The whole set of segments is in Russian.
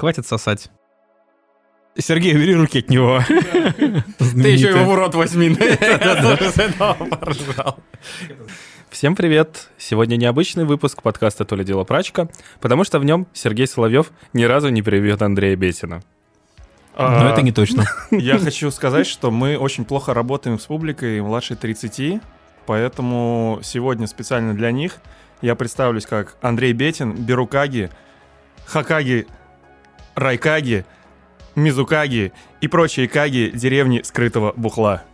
хватит сосать. Сергей, бери руки от него. Ты еще его в рот возьми. Всем привет! Сегодня необычный выпуск подкаста «То ли дело прачка», потому что в нем Сергей Соловьев ни разу не приведет Андрея Бесина. Но это не точно. Я хочу сказать, что мы очень плохо работаем с публикой младше 30, поэтому сегодня специально для них я представлюсь как Андрей Бетин, Берукаги, Хакаги, Райкаги, Мизукаги и прочие каги деревни скрытого бухла.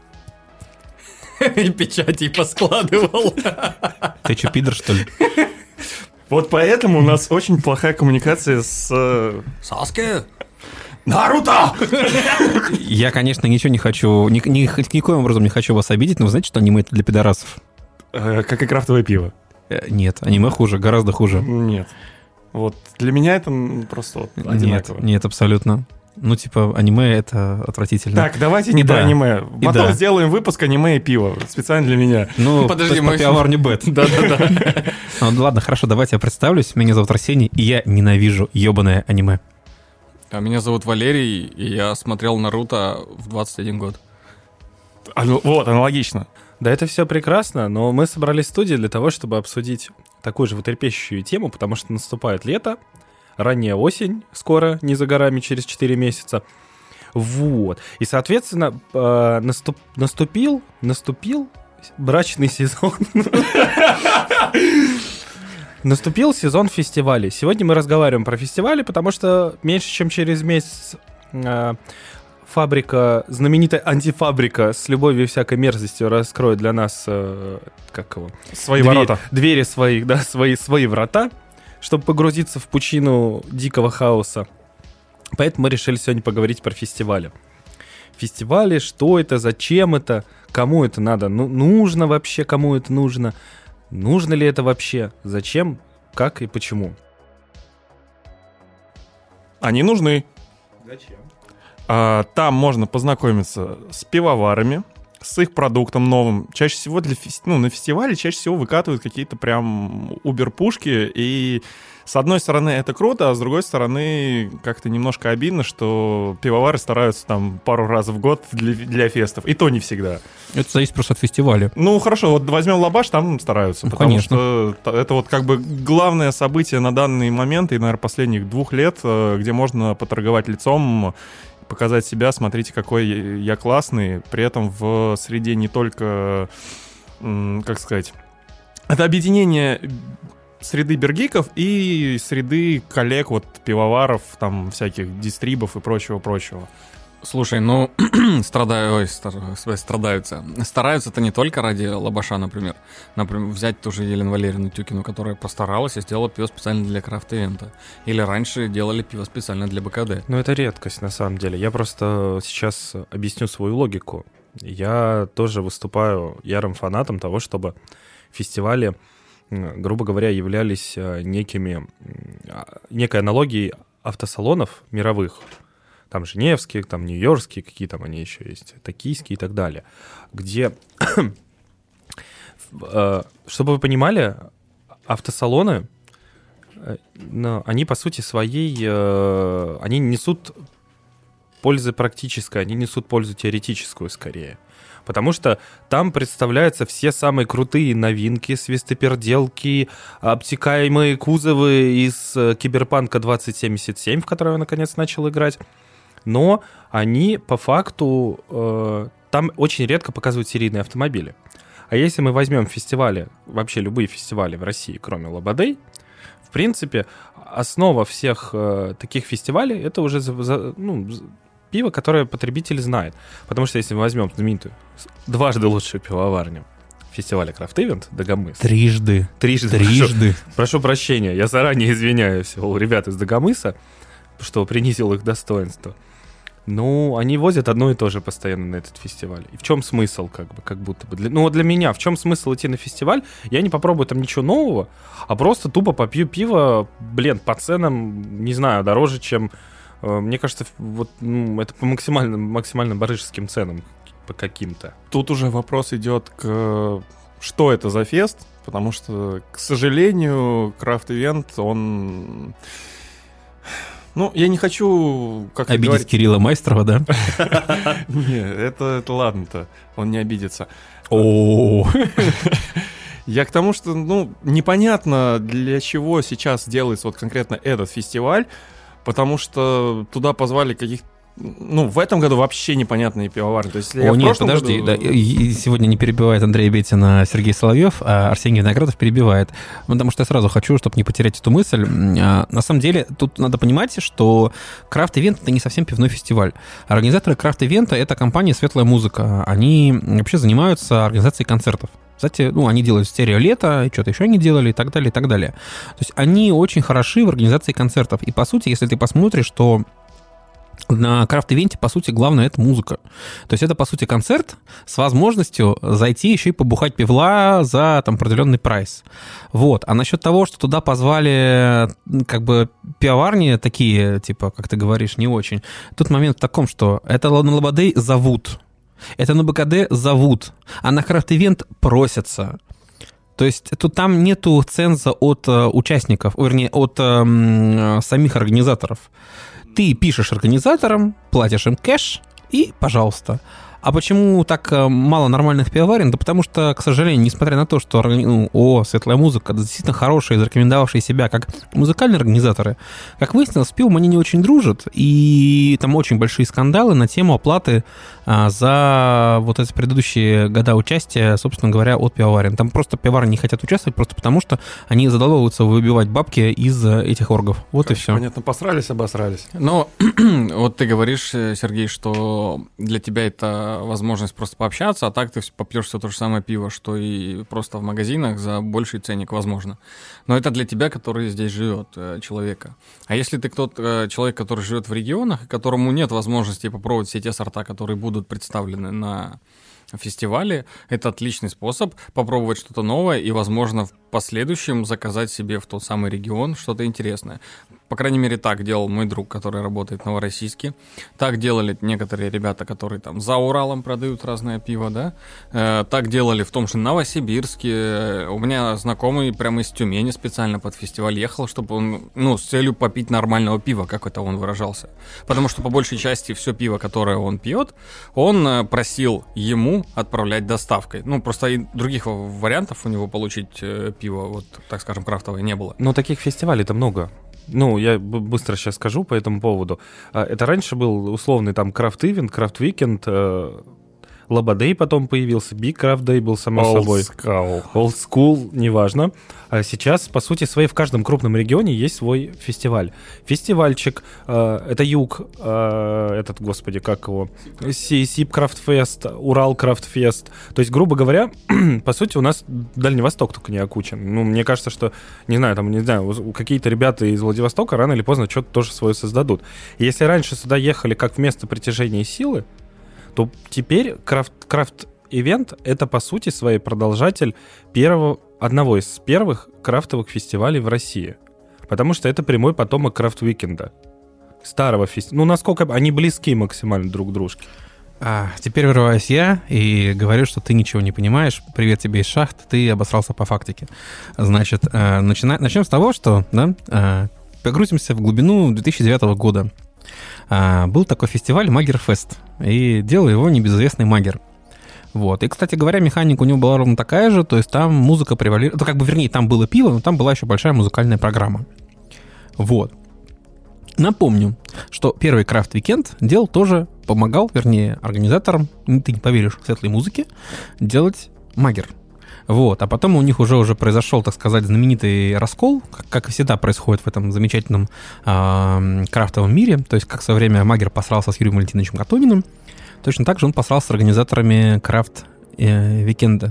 И печати поскладывал. Ты что, пидор, что ли? Вот поэтому у нас очень плохая коммуникация с... Саске? Наруто! Я, конечно, ничего не хочу, никоим образом не хочу вас обидеть, но вы знаете, что аниме это для пидорасов? Как и крафтовое пиво. Нет, аниме хуже, гораздо хуже. Нет. Вот для меня это просто вот одинаково. Нет, абсолютно. Ну, типа, аниме — это отвратительно. Так, давайте не про аниме. Потом сделаем выпуск аниме и пиво. Специально для меня. Ну, подожди, мы... пивоварню Бет. Да-да-да. Ну, ладно, хорошо, давайте я представлюсь. Меня зовут Арсений, и я ненавижу ебаное аниме. А меня зовут Валерий, и я смотрел Наруто в 21 год. Вот, аналогично. Да, это все прекрасно, но мы собрались в студии для того, чтобы обсудить такую же животрепещущую тему, потому что наступает лето, ранняя осень, скоро, не за горами, через 4 месяца. Вот. И, соответственно, наступил брачный сезон. Наступил сезон фестивалей. Сегодня мы разговариваем про фестивали, потому что меньше чем через месяц фабрика, знаменитая антифабрика с любовью и всякой мерзостью раскроет для нас свои ворота. Двери своих, да, свои врата, чтобы погрузиться в пучину дикого хаоса. Поэтому мы решили сегодня поговорить про фестивали. Фестивали, что это, зачем это, кому это надо, нужно вообще, кому это нужно, нужно ли это вообще, зачем, как и почему. Они нужны. Зачем? Там можно познакомиться с пивоварами, с их продуктом новым. Чаще всего на фестивале чаще всего выкатывают какие-то прям убер-пушки. И с одной стороны это круто, а с другой стороны как-то немножко обидно, что пивовары стараются там пару раз в год для фестов. И то не всегда. Это зависит просто от фестиваля. Ну хорошо, вот возьмем Лабаш, там стараются. Потому конечно. Что это вот как бы главное событие на данный момент и, наверное, последних 2 лет, где можно поторговать лицом, показать себя, смотрите, какой я классный, при этом в среде не только, как сказать, это объединение среды бергиков и среды коллег, вот, пивоваров, там, всяких дистрибов и прочего-прочего. Слушай, страдаются. Стараются-то не только ради Лабаша, например. Например, взять ту же Елену Валерьевну Тюкину, которая постаралась и сделала пиво специально для крафт-ивента. Или раньше делали пиво специально для БКД. Ну, это редкость, на самом деле. Я просто сейчас объясню свою логику. Я тоже выступаю ярым фанатом того, чтобы фестивали, грубо говоря, являлись некой аналогией автосалонов мировых. Там женевские, там нью-йоркские, какие там они еще есть, токийские и так далее, где, чтобы вы понимали, автосалоны, они по сути своей, они несут пользу практической, они несут пользу теоретическую скорее. Потому что там представляются все самые крутые новинки, свистоперделки, обтекаемые кузовы из Киберпанка 2077, в который я наконец начал играть. Но они по факту, там очень редко показывают серийные автомобили. А если мы возьмем фестивали, вообще любые фестивали в России, кроме Лободей, в принципе, основа всех таких фестивалей — это уже пиво, которое потребитель знает. Потому что если мы возьмем знаменитую, дважды лучшую пивоварню фестиваля Craft Event Дагомыс. Трижды. Прошу прощения, я заранее извиняюсь у ребят из Дагомыса, что принизил их достоинство. Ну, они возят одно и то же постоянно на этот фестиваль. И в чем смысл, как будто бы? Для меня, в чем смысл идти на фестиваль? Я не попробую там ничего нового, а просто тупо попью пиво, по ценам, не знаю, дороже, чем... Мне кажется, вот это по максимально барыжеским ценам по каким-то. Тут уже вопрос идет к... Что это за фест? Потому что, к сожалению, крафт-ивент, он... Ну, я не хочу... Обидеть Кирилла Майстрова, да? Не, это ладно-то, он не обидится. О, Я к тому, что, непонятно, для чего сейчас делается вот конкретно этот фестиваль, потому что туда позвали каких-то... в этом году вообще непонятные пивовары. То есть, нет, подожди. Да, и сегодня не перебивает Андрея Бетина Сергей Соловьев, а Арсений Виноградов перебивает. Потому что я сразу хочу, чтобы не потерять эту мысль. На самом деле, тут надо понимать, что крафт-ивент — это не совсем пивной фестиваль. Организаторы крафт-ивента — это компания «Светлая музыка». Они вообще занимаются организацией концертов. Кстати, они делают стерео-лето, что-то еще они делали и так далее, и так далее. То есть они очень хороши в организации концертов. И, по сути, если ты посмотришь, что на крафт-ивенте, по сути, главное — это музыка. То есть это, по сути, концерт с возможностью зайти еще и побухать пивла за определенный прайс. Вот. А насчет того, что туда позвали пивоварни такие, типа, как ты говоришь, не очень. Тут момент в таком, что это на Лободей зовут, это на БКД зовут, а на крафт-ивент просятся. То есть там нету ценза от участников, вернее, от самих организаторов. Ты пишешь организаторам, платишь им кэш и пожалуйста. А почему так мало нормальных пивоварен? Да потому что, к сожалению, несмотря на то, что «Светлая музыка» действительно хорошие, зарекомендовавшие себя как музыкальные организаторы, как выяснилось, с пивом они не очень дружат, и там очень большие скандалы на тему оплаты за вот эти предыдущие года участия, собственно говоря, от пивоварен. Там просто пивовары не хотят участвовать, просто потому что они задолбываются выбивать бабки из этих оргов. Вот и все. Понятно, посрались, обосрались. Но вот ты говоришь, Сергей, что для тебя это возможность просто пообщаться, а так ты попьешь все то же самое пиво, что и просто в магазинах за больший ценник, возможно. Но это для тебя, который здесь живет, человека. А если ты человек, который живет в регионах, и которому нет возможности попробовать все те сорта, которые будут представлены на фестивале, это отличный способ попробовать что-то новое и, возможно, в последующем заказать себе в тот самый регион что-то интересное. По крайней мере, так делал мой друг, который работает в Новороссийске. Так делали некоторые ребята, которые там за Уралом продают разное пиво, да. Так делали в том же Новосибирске. У меня знакомый прямо из Тюмени специально под фестиваль ехал, чтобы он, с целью попить нормального пива, как это он выражался. Потому что по большей части все пиво, которое он пьет, он просил ему отправлять доставкой. Просто и других вариантов у него получить пиво, вот, так скажем, крафтовое не было. Но таких фестивалей-то много. Я быстро сейчас скажу по этому поводу. Это раньше был условный там крафт-ивент, крафт-викенд, Лободей потом появился, Big Craft Day был, само собой. Old School, неважно. А сейчас, по сути своей, в каждом крупном регионе есть свой фестиваль. Фестивальчик, это Юг, господи, как его, Сип Крафт Фест, Урал Крафт Фест. То есть, грубо говоря, по сути, у нас Дальний Восток только не окучен. Мне кажется, что, какие-то ребята из Владивостока рано или поздно что-то тоже свое создадут. И если раньше сюда ехали как в место притяжения силы, то теперь крафт-ивент — это, по сути, своей продолжатель одного из первых крафтовых фестивалей в России. Потому что это прямой потомок крафт-викенда. Старого фестиваля. Насколько они близки максимально друг к дружке. Теперь вырываюсь я и говорю, что ты ничего не понимаешь. Привет тебе из шахт, ты обосрался по фактике. Значит, начнем с того, что погрузимся в глубину 2009 года. Был такой фестиваль Магерфест, и делал его небезызвестный Магер. Вот. И, кстати говоря, механика у него была ровно такая же, то есть там музыка превалировала, там было пиво, но там была еще большая музыкальная программа. Вот. Напомню, что первый крафт-викенд помогал организаторам, ты не поверишь, светлой музыки, делать Магер. Вот, а потом у них уже произошел, так сказать, знаменитый раскол, как и всегда происходит в этом замечательном крафтовом мире. То есть, как в свое время Магер посрался с Юрием Валентиновичем Катуниным, точно так же он посрался с организаторами крафт-викенда.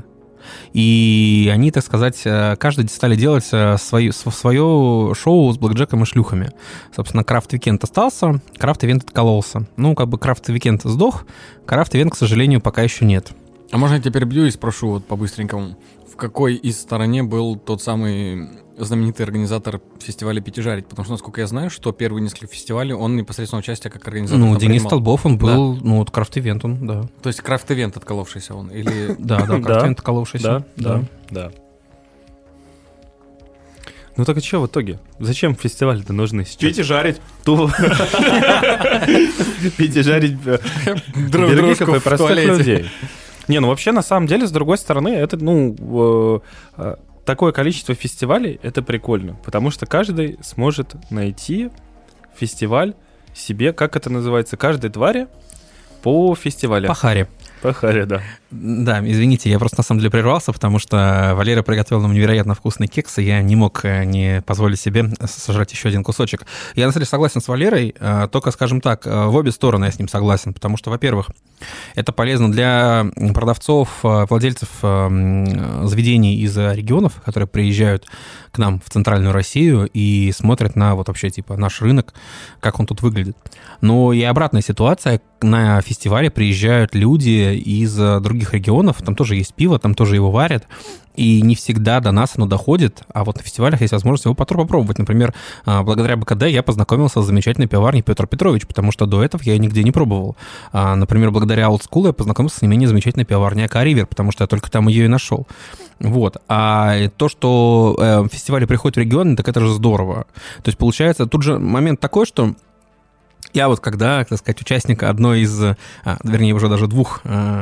И они, так сказать, каждый стали делать свое шоу с блэкджеком и шлюхами. Собственно, крафт-викенд остался, крафт-ивент откололся. Крафт-викенд сдох, крафт-ивент, к сожалению, пока еще нет. А можно я тебя перебью и спрошу вот по-быстренькому, в какой из стороне был тот самый знаменитый организатор фестиваля «Пятижарить»? Потому что, насколько я знаю, что первые несколько фестивалей он непосредственно участие как организатор Денис принимал. Столбов, он был, крафт-ивент он, да. То есть крафт-ивент отколовшийся он? Или... Да, крафт-ивент отколовшийся. Да. Ну так и что в итоге? Зачем фестивали-то нужны сейчас? Пить и жарить. Пить и жарить Друг дружку и в простых туалете. людей. Не, ну вообще, на самом деле, с другой стороны, это, такое количество фестивалей, это прикольно, потому что каждый сможет найти фестиваль себе, как это называется, каждой твари по фестивалю. Пахаре. Пахаре, да. Да, извините, я просто на самом деле прервался, потому что Валера приготовил нам невероятно вкусный кекс, и я не мог не позволить себе сожрать еще один кусочек. Я, на самом деле, согласен с Валерой, только, скажем так, в обе стороны я с ним согласен, потому что, во-первых, это полезно для продавцов, владельцев заведений из регионов, которые приезжают к нам в центральную Россию и смотрят на вот вообще типа наш рынок, как он тут выглядит. Но и обратная ситуация, на фестивале приезжают люди из других регионов, там тоже есть пиво, там тоже его варят, и не всегда до нас оно доходит, а вот на фестивалях есть возможность его попробовать. Например, благодаря БКД я познакомился с замечательной пивоварней Петр Петрович, потому что до этого я нигде не пробовал. Например, благодаря Old School я познакомился с не менее замечательной пивоварней Ака-Ривер, потому что я только там ее и нашел. Вот. А то, что фестивали приходят в регионы, так это же здорово. То есть, получается, тут же момент такой, что я вот когда, так сказать, участник одной из, вернее, уже даже двух,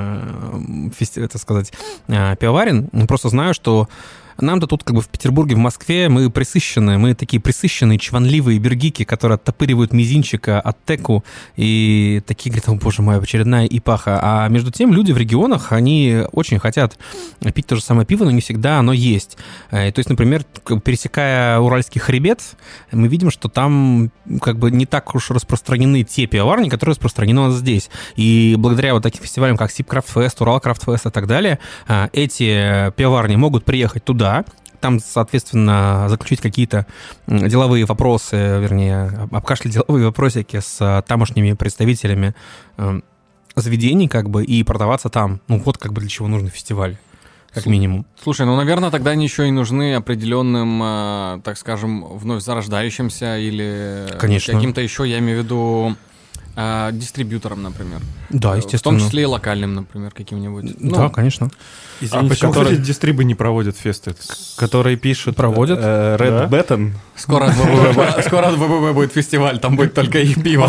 пивоварен, просто знаю, что нам-то тут как бы в Петербурге, в Москве мы присыщенные, мы такие присыщенные, чванливые бергики, которые оттопыривают мизинчика от теку и такие говорят, о боже мой, очередная ипаха. А между тем люди в регионах, они очень хотят пить то же самое пиво, но не всегда оно есть. То есть, например, пересекая Уральский хребет, мы видим, что там как бы не так уж распространены те пивоварни, которые распространены у нас здесь. И благодаря вот таким фестивалям, как СИП Крафтфест, Урал Крафтфест и так далее, эти пивоварни могут приехать туда, там, соответственно, заключить какие-то деловые вопросы, вернее, обкашлять деловые вопросики с тамошними представителями заведений, как бы, и продаваться там. Ну, вот как бы для чего нужен фестиваль, как минимум. Слушай, ну, наверное, тогда они еще и нужны определенным, так скажем, вновь зарождающимся или Конечно. каким-то еще, я имею в виду, дистрибьютором, например. Да, естественно. В том числе и локальным, например, каким-нибудь. Да, конечно. Извините, почему, которые, кстати, дистрибы не проводят фесты? которые пишут Проводят. Red Baton. Скоро от ВВВ будет фестиваль, там будет только их пиво.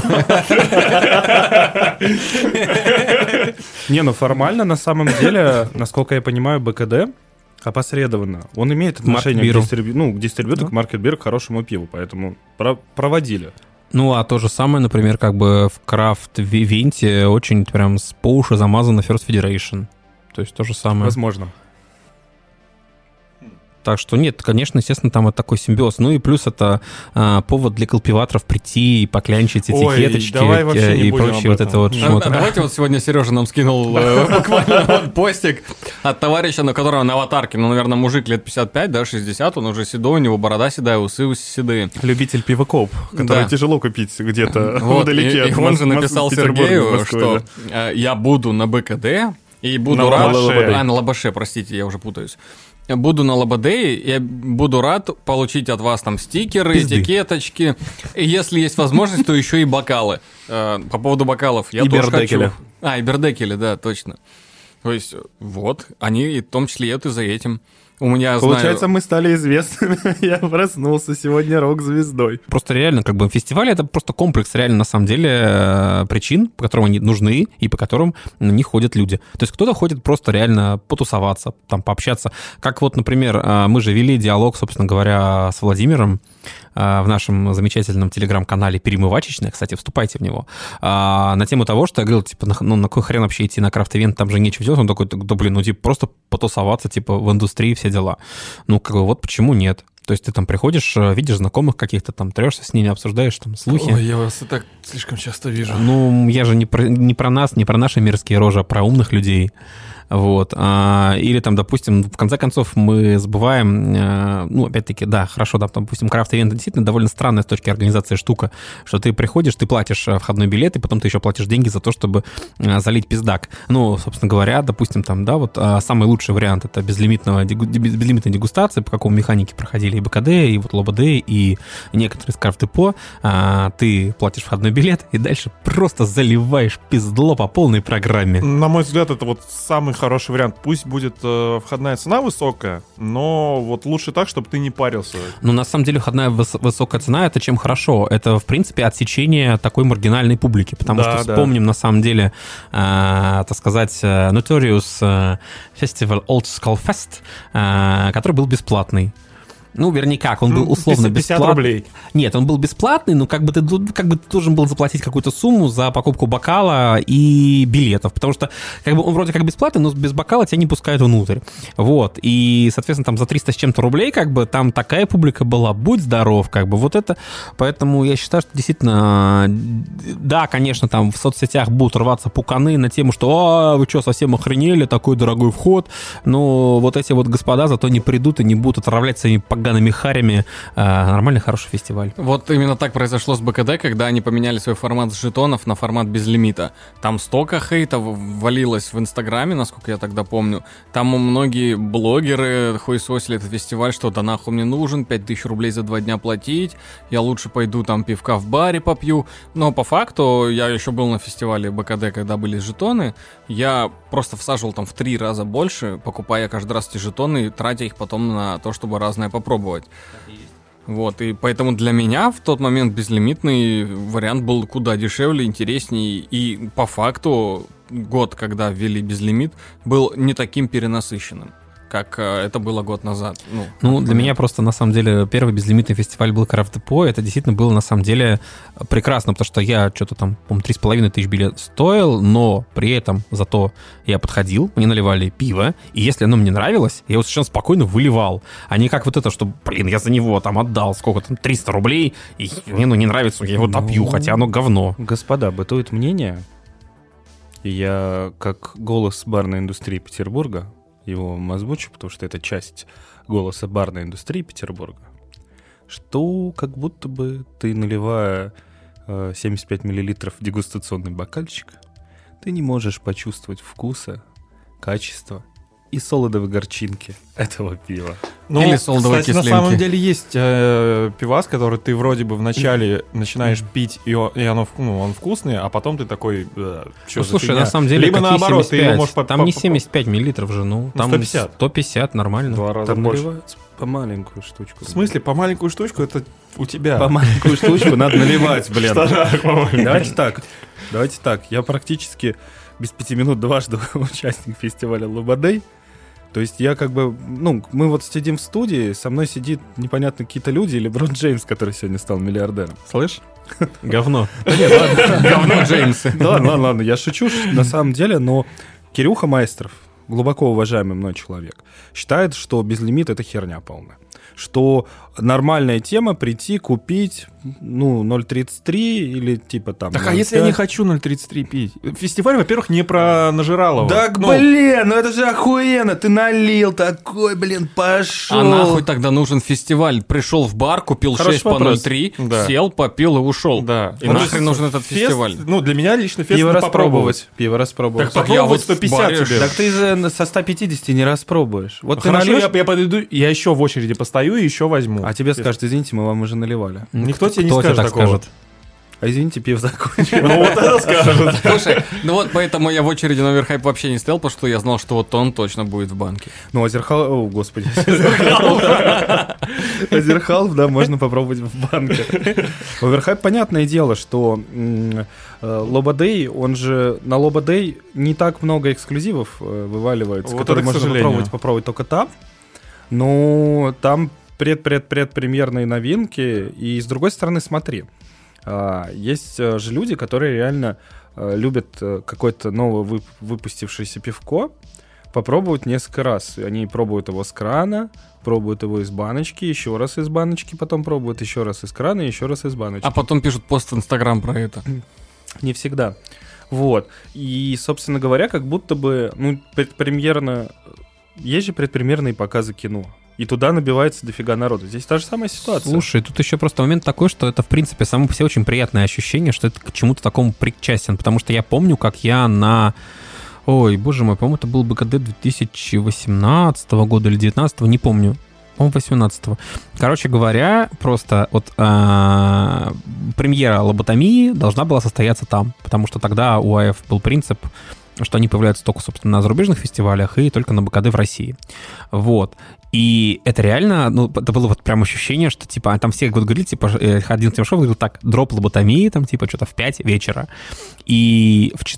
Не, ну формально, на самом деле, насколько я понимаю, БКД опосредованно, он имеет отношение к дистрибьютору, к маркетбиру, к хорошему пиву, поэтому проводили. Ну, а то же самое, например, как бы в крафт-венте очень прям по уши замазано First Federation. То есть то же самое. Возможно. Так что нет, конечно, естественно, там вот такой симбиоз. Ну и плюс это повод для колпиваторов прийти и поклянчить этикеточки давай вообще не и будем прочие об вот этом. это вот шмоты. Давайте вот сегодня Сережа нам скинул буквально вот постик от товарища, на которого на аватарке, ну, наверное, мужик лет 55, да, 60, он уже седой, у него борода седая, усы седые. Любитель пивокоп, который Да. тяжело купить где-то Вот, вдалеке и от он же написал Петербурга, Сергею, Москвы, что да. я буду на БКД и буду На рад... Лободе. на Лобоше, простите, я уже путаюсь. Буду на Лободе, и буду рад получить от вас там стикеры, Пизды. этикеточки. И если есть возможность, то еще и бокалы. По поводу бокалов я И тоже бердекеля. хочу. И бердекели, да, точно. То есть, вот, они и в том числе едут и за этим. У меня, Получается, знаю... мы стали известными. Я проснулся сегодня рок-звездой. Просто реально, как бы фестиваль — это просто комплекс реально, на самом деле, причин, по которым они нужны и по которым на них ходят люди. То есть кто-то ходит просто реально потусоваться, там, пообщаться. Как вот, например, мы же вели диалог, собственно говоря, с Владимиром в нашем замечательном телеграм-канале «Перемывачечная». Кстати, вступайте в него. На тему того, что я говорил, типа, на какой хрен вообще идти на крафт-ивент, там же нечего делать. Он такой, да блин, ну типа просто потусоваться, типа, в индустрии все дела. Ну, как бы вот почему нет? То есть ты там приходишь, видишь знакомых каких-то, там трешься с ними, обсуждаешь там слухи. Ой, я вас и так слишком часто вижу. Ну, я же не про нас, не про наши мирские рожи, а про умных людей. Вот. Или там, допустим, в конце концов мы забываем, ну, опять-таки, да, хорошо, да, допустим, крафт-ивент действительно довольно странная с точки организации штука, что ты приходишь, ты платишь входной билет, и потом ты еще платишь деньги за то, чтобы залить пиздак. Ну, собственно говоря, допустим, там, да, вот самый лучший вариант — это безлимитной дегустации, по какому механике проходили и БКД, и вот ЛОБД, и некоторые из крафт-депо. Ты платишь входной билет, и дальше просто заливаешь пиздло по полной программе. На мой взгляд, это вот самый хороший вариант. Пусть будет входная цена высокая, но вот лучше так, чтобы ты не парился. Ну, на самом деле, входная высокая цена — это чем хорошо. Это, в принципе, отсечение такой маргинальной публики, потому что вспомним, на самом деле, так сказать, Notorious Festival Old Skull Fest, который был бесплатный. Ну, вернее, как, он был условно 50 рублей. Нет, он был бесплатный, но как бы ты должен был заплатить какую-то сумму за покупку бокала и билетов, потому что как бы он вроде как бесплатный, но без бокала тебя не пускают внутрь. Вот, и, соответственно, там за 300 с чем-то рублей, как бы, там такая публика была, будь здоров, как бы, вот это. Поэтому я считаю, что действительно, да, конечно, там в соцсетях будут рваться пуканы на тему, что, вы что, совсем охренели, такой дорогой вход, но вот эти вот господа зато не придут и не будут отравлять своими погаными харями нормальный, хороший фестиваль. Вот именно так произошло с БКД, когда они поменяли свой формат с жетонов на формат без лимита. Там столько хейта валилось в Инстаграме, насколько я тогда помню. Там многие блогеры хуесосили этот фестиваль, что да нахуй мне нужен, 5000 рублей за 2 дня платить, я лучше пойду там пивка в баре попью. Но по факту, я еще был на фестивале БКД, когда были жетоны, я просто всаживал там в 3 раза больше, покупая каждый раз эти жетоны и тратя их потом на то, чтобы разное попробовать. Вот, и поэтому для меня в тот момент безлимитный вариант был куда дешевле, интереснее, и по факту год, когда ввели безлимит, был не таким перенасыщенным, как это было год назад. Ну, для меня просто, на самом деле, первый безлимитный фестиваль был Craft Depot. Это действительно было, на самом деле, прекрасно, потому что я что-то там, по-моему, 3500 билет стоил, но при этом зато я подходил, мне наливали пиво, и если оно мне нравилось, я его совершенно спокойно выливал. А не как вот это, что, блин, я за него там отдал сколько там, 300 рублей, и мне не нравится, я его допью, хотя оно говно. Господа, бытует мнение, и я, как голос барной индустрии Петербурга, его озвучу, потому что это часть голоса барной индустрии Петербурга, что как будто бы ты, наливая 75 миллилитров в дегустационный бокальчик, ты не можешь почувствовать вкуса, качества и солодовой горчинки этого пива. Ну, или солодовой кстати, кислинки. на самом деле есть пивас, который ты вроде бы вначале начинаешь пить, и он вкусный, а потом ты такой, что слушай, на самом деле, либо наоборот, 75? Ты его можешь... Там не 75 миллилитров же, там 150. 150, нормально. 2 раза там больше. наливают по маленькую штучку. В смысле, по маленькую штучку? Это у тебя. По маленькую штучку надо наливать, блин. Давайте Давайте так. Я практически без 5 минут дважды участник фестиваля Лободей. То есть я как бы, мы вот сидим в студии, со мной сидит непонятно какие-то люди, или Леброн Джеймс, который сегодня стал миллиардером. Слышь? Говно. Говно Джеймса. Да, ладно, я шучу на самом деле, но Кирюха Майстров, глубоко уважаемый мной человек, считает, что безлимит — это херня полная. Что нормальная тема прийти, купить, 0,33 или типа там... Так, а если я не хочу 0,33 пить? Фестиваль, во-первых, не про нажиралово. Так, блин, это же охуенно! Ты налил такой, блин, пошел! А нахуй тогда нужен фестиваль? Пришел в бар, купил Хороший 6 по вопрос. 0,3, Да. сел, попил и ушел. Да. И нахрен нужен этот фест, фестиваль? для меня лично фест Пиво надо попробовать. распробовать. Так я попробовать вот 150 баре тебе. Так ты же со 150 не распробуешь. Вот Хорошо, ты нальешь, я подойду, я еще в очереди постою и еще возьму. а тебе скажут, извините, мы вам уже наливали. Никто тебе не Кто тебе скажет так такого. скажет? А извините, пиво закончилось. Ну вот это скажут. Слушай, поэтому я в очереди на Оверхайп вообще не стоял, потому что я знал, что вот он точно будет в банке. Ну, Озерхал... О, господи. Озерхалф, да, можно попробовать в банке. Оверхайп, понятное дело, что Лободей, он же... На Лободей не так много эксклюзивов вываливается, Вот которые это, к можно сожалению. попробовать только там. Но там предпремьерные новинки. И, с другой стороны, смотри. Есть же люди, которые реально любят какое-то новое выпустившееся пивко попробовать несколько раз. Они пробуют его с крана, пробуют его из баночки, еще раз из баночки, потом пробуют еще раз из крана, еще раз из баночки. А потом пишут пост в Инстаграм про это. Не всегда. Вот. И, собственно говоря, как будто бы, предпремьерно... Есть же предпремьерные показы кино. И туда набивается дофига народу. Здесь та же самая ситуация. Слушай, тут еще просто момент такой, что это, в принципе, само по себе очень приятное ощущение, что это к чему-то такому причастен. Потому что я помню, как я на... Ой, боже мой, по-моему, это был БКД 2018 года или 2019, не помню. По-моему, 18-го. Короче говоря, просто вот премьера лоботомии должна была состояться там. Потому что тогда у АФ был принцип что они появляются только, собственно, на зарубежных фестивалях и только на БКД в России. Вот. И это реально, ну, это было вот прям ощущение, что, типа, там все вот говорили, типа, один из шоу говорил, так, дроп лоботомии, там, типа, что-то в 5 вечера. И в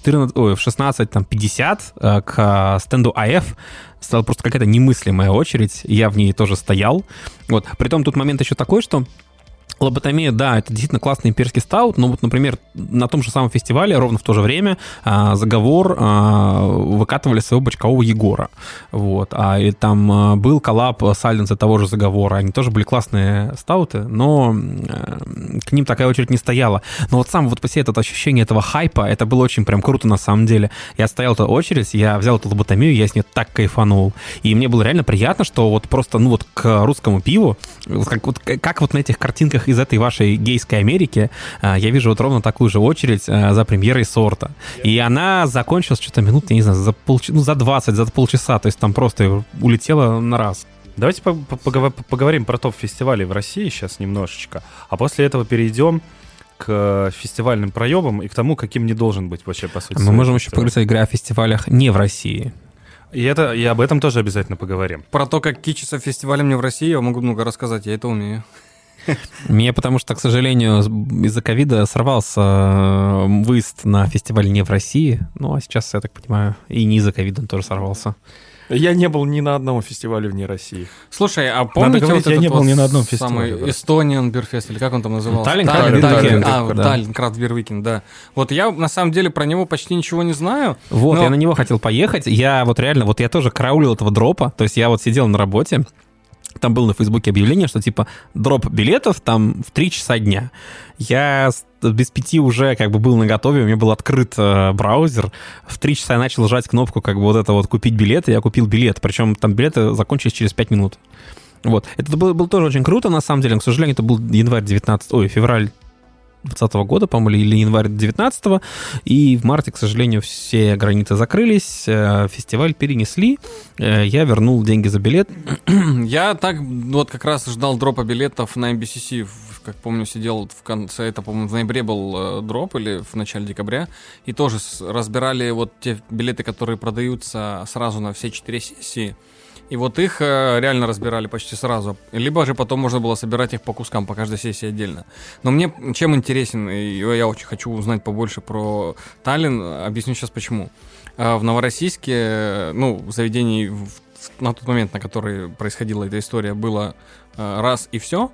16:50 к стенду АФ стала просто какая-то немыслимая очередь, я в ней тоже стоял. Вот. Притом тут момент еще такой, что лоботомия, да, это действительно классный имперский стаут, но вот, например, на том же самом фестивале ровно в то же время Заговор выкатывали своего бочкового Егора. Вот. И там был коллаб Сайленса того же Заговора. Они тоже были классные стауты, но к ним такая очередь не стояла. Но вот сам вот по себе это ощущение этого хайпа, это было очень прям круто на самом деле. Я стоял эту очередь, я взял эту лоботомию, я с ней так кайфанул. И мне было реально приятно, что вот просто, ну вот к русскому пиву, как вот на этих картинках из этой вашей гейской Америки, я вижу вот ровно такую же очередь за премьерой сорта. И она закончилась что-то минут, я не знаю, за 20, за полчаса, то есть там просто улетела на раз. Давайте поговорим про топ-фестивали в России сейчас немножечко, а после этого перейдем к фестивальным проебам и к тому, каким не должен быть вообще, по сути. Мы можем еще поговорить о фестивалях не в России. И об этом тоже обязательно поговорим. Про то, как кичиться фестивалем не в России, я могу много рассказать, я это умею. Мне потому что, к сожалению, из-за ковида сорвался выезд на фестиваль не в России. Ну, а сейчас, я так понимаю, и не из-за ковида он тоже сорвался. Я не был ни на одном фестивале вне России. Слушай, а помните говорить, вот я этот не был вот ни на одном фестивале, самый Estonian Beer Fest, или как он там назывался? Tallinn Craft Beer Weekend. Tallinn Craft Beer Weekend, да. Вот я, на самом деле, про него почти ничего не знаю. Вот, но... я на него хотел поехать. Я вот реально, вот я тоже караулил этого дропа. То есть я вот сидел на работе, там было на Фейсбуке объявление, что типа дроп билетов там в 3 часа дня. Я без 5 уже как бы был наготове, у меня был открыт браузер. В 3 часа я начал жать кнопку как бы вот это вот «Купить билеты», я купил билет. Причем там билеты закончились через 5 минут. Вот. Это было тоже очень круто, на самом деле. Но, к сожалению, это был февраль 2020 года, по-моему, или январь 19-го, и в марте, к сожалению, все границы закрылись, фестиваль перенесли, я вернул деньги за билет. Я так вот как раз ждал дропа билетов на MBCC, как помню, сидел в конце, это, по-моему, в ноябре был дроп или в начале декабря, и тоже разбирали вот те билеты, которые продаются сразу на все 4 сессии. И вот их реально разбирали почти сразу. Либо же потом можно было собирать их по кускам, по каждой сессии отдельно. Но мне чем интересен, и я очень хочу узнать побольше про Таллин, объясню сейчас почему. В Новороссийске, ну, в заведении на тот момент, на который происходила эта история, было раз и все.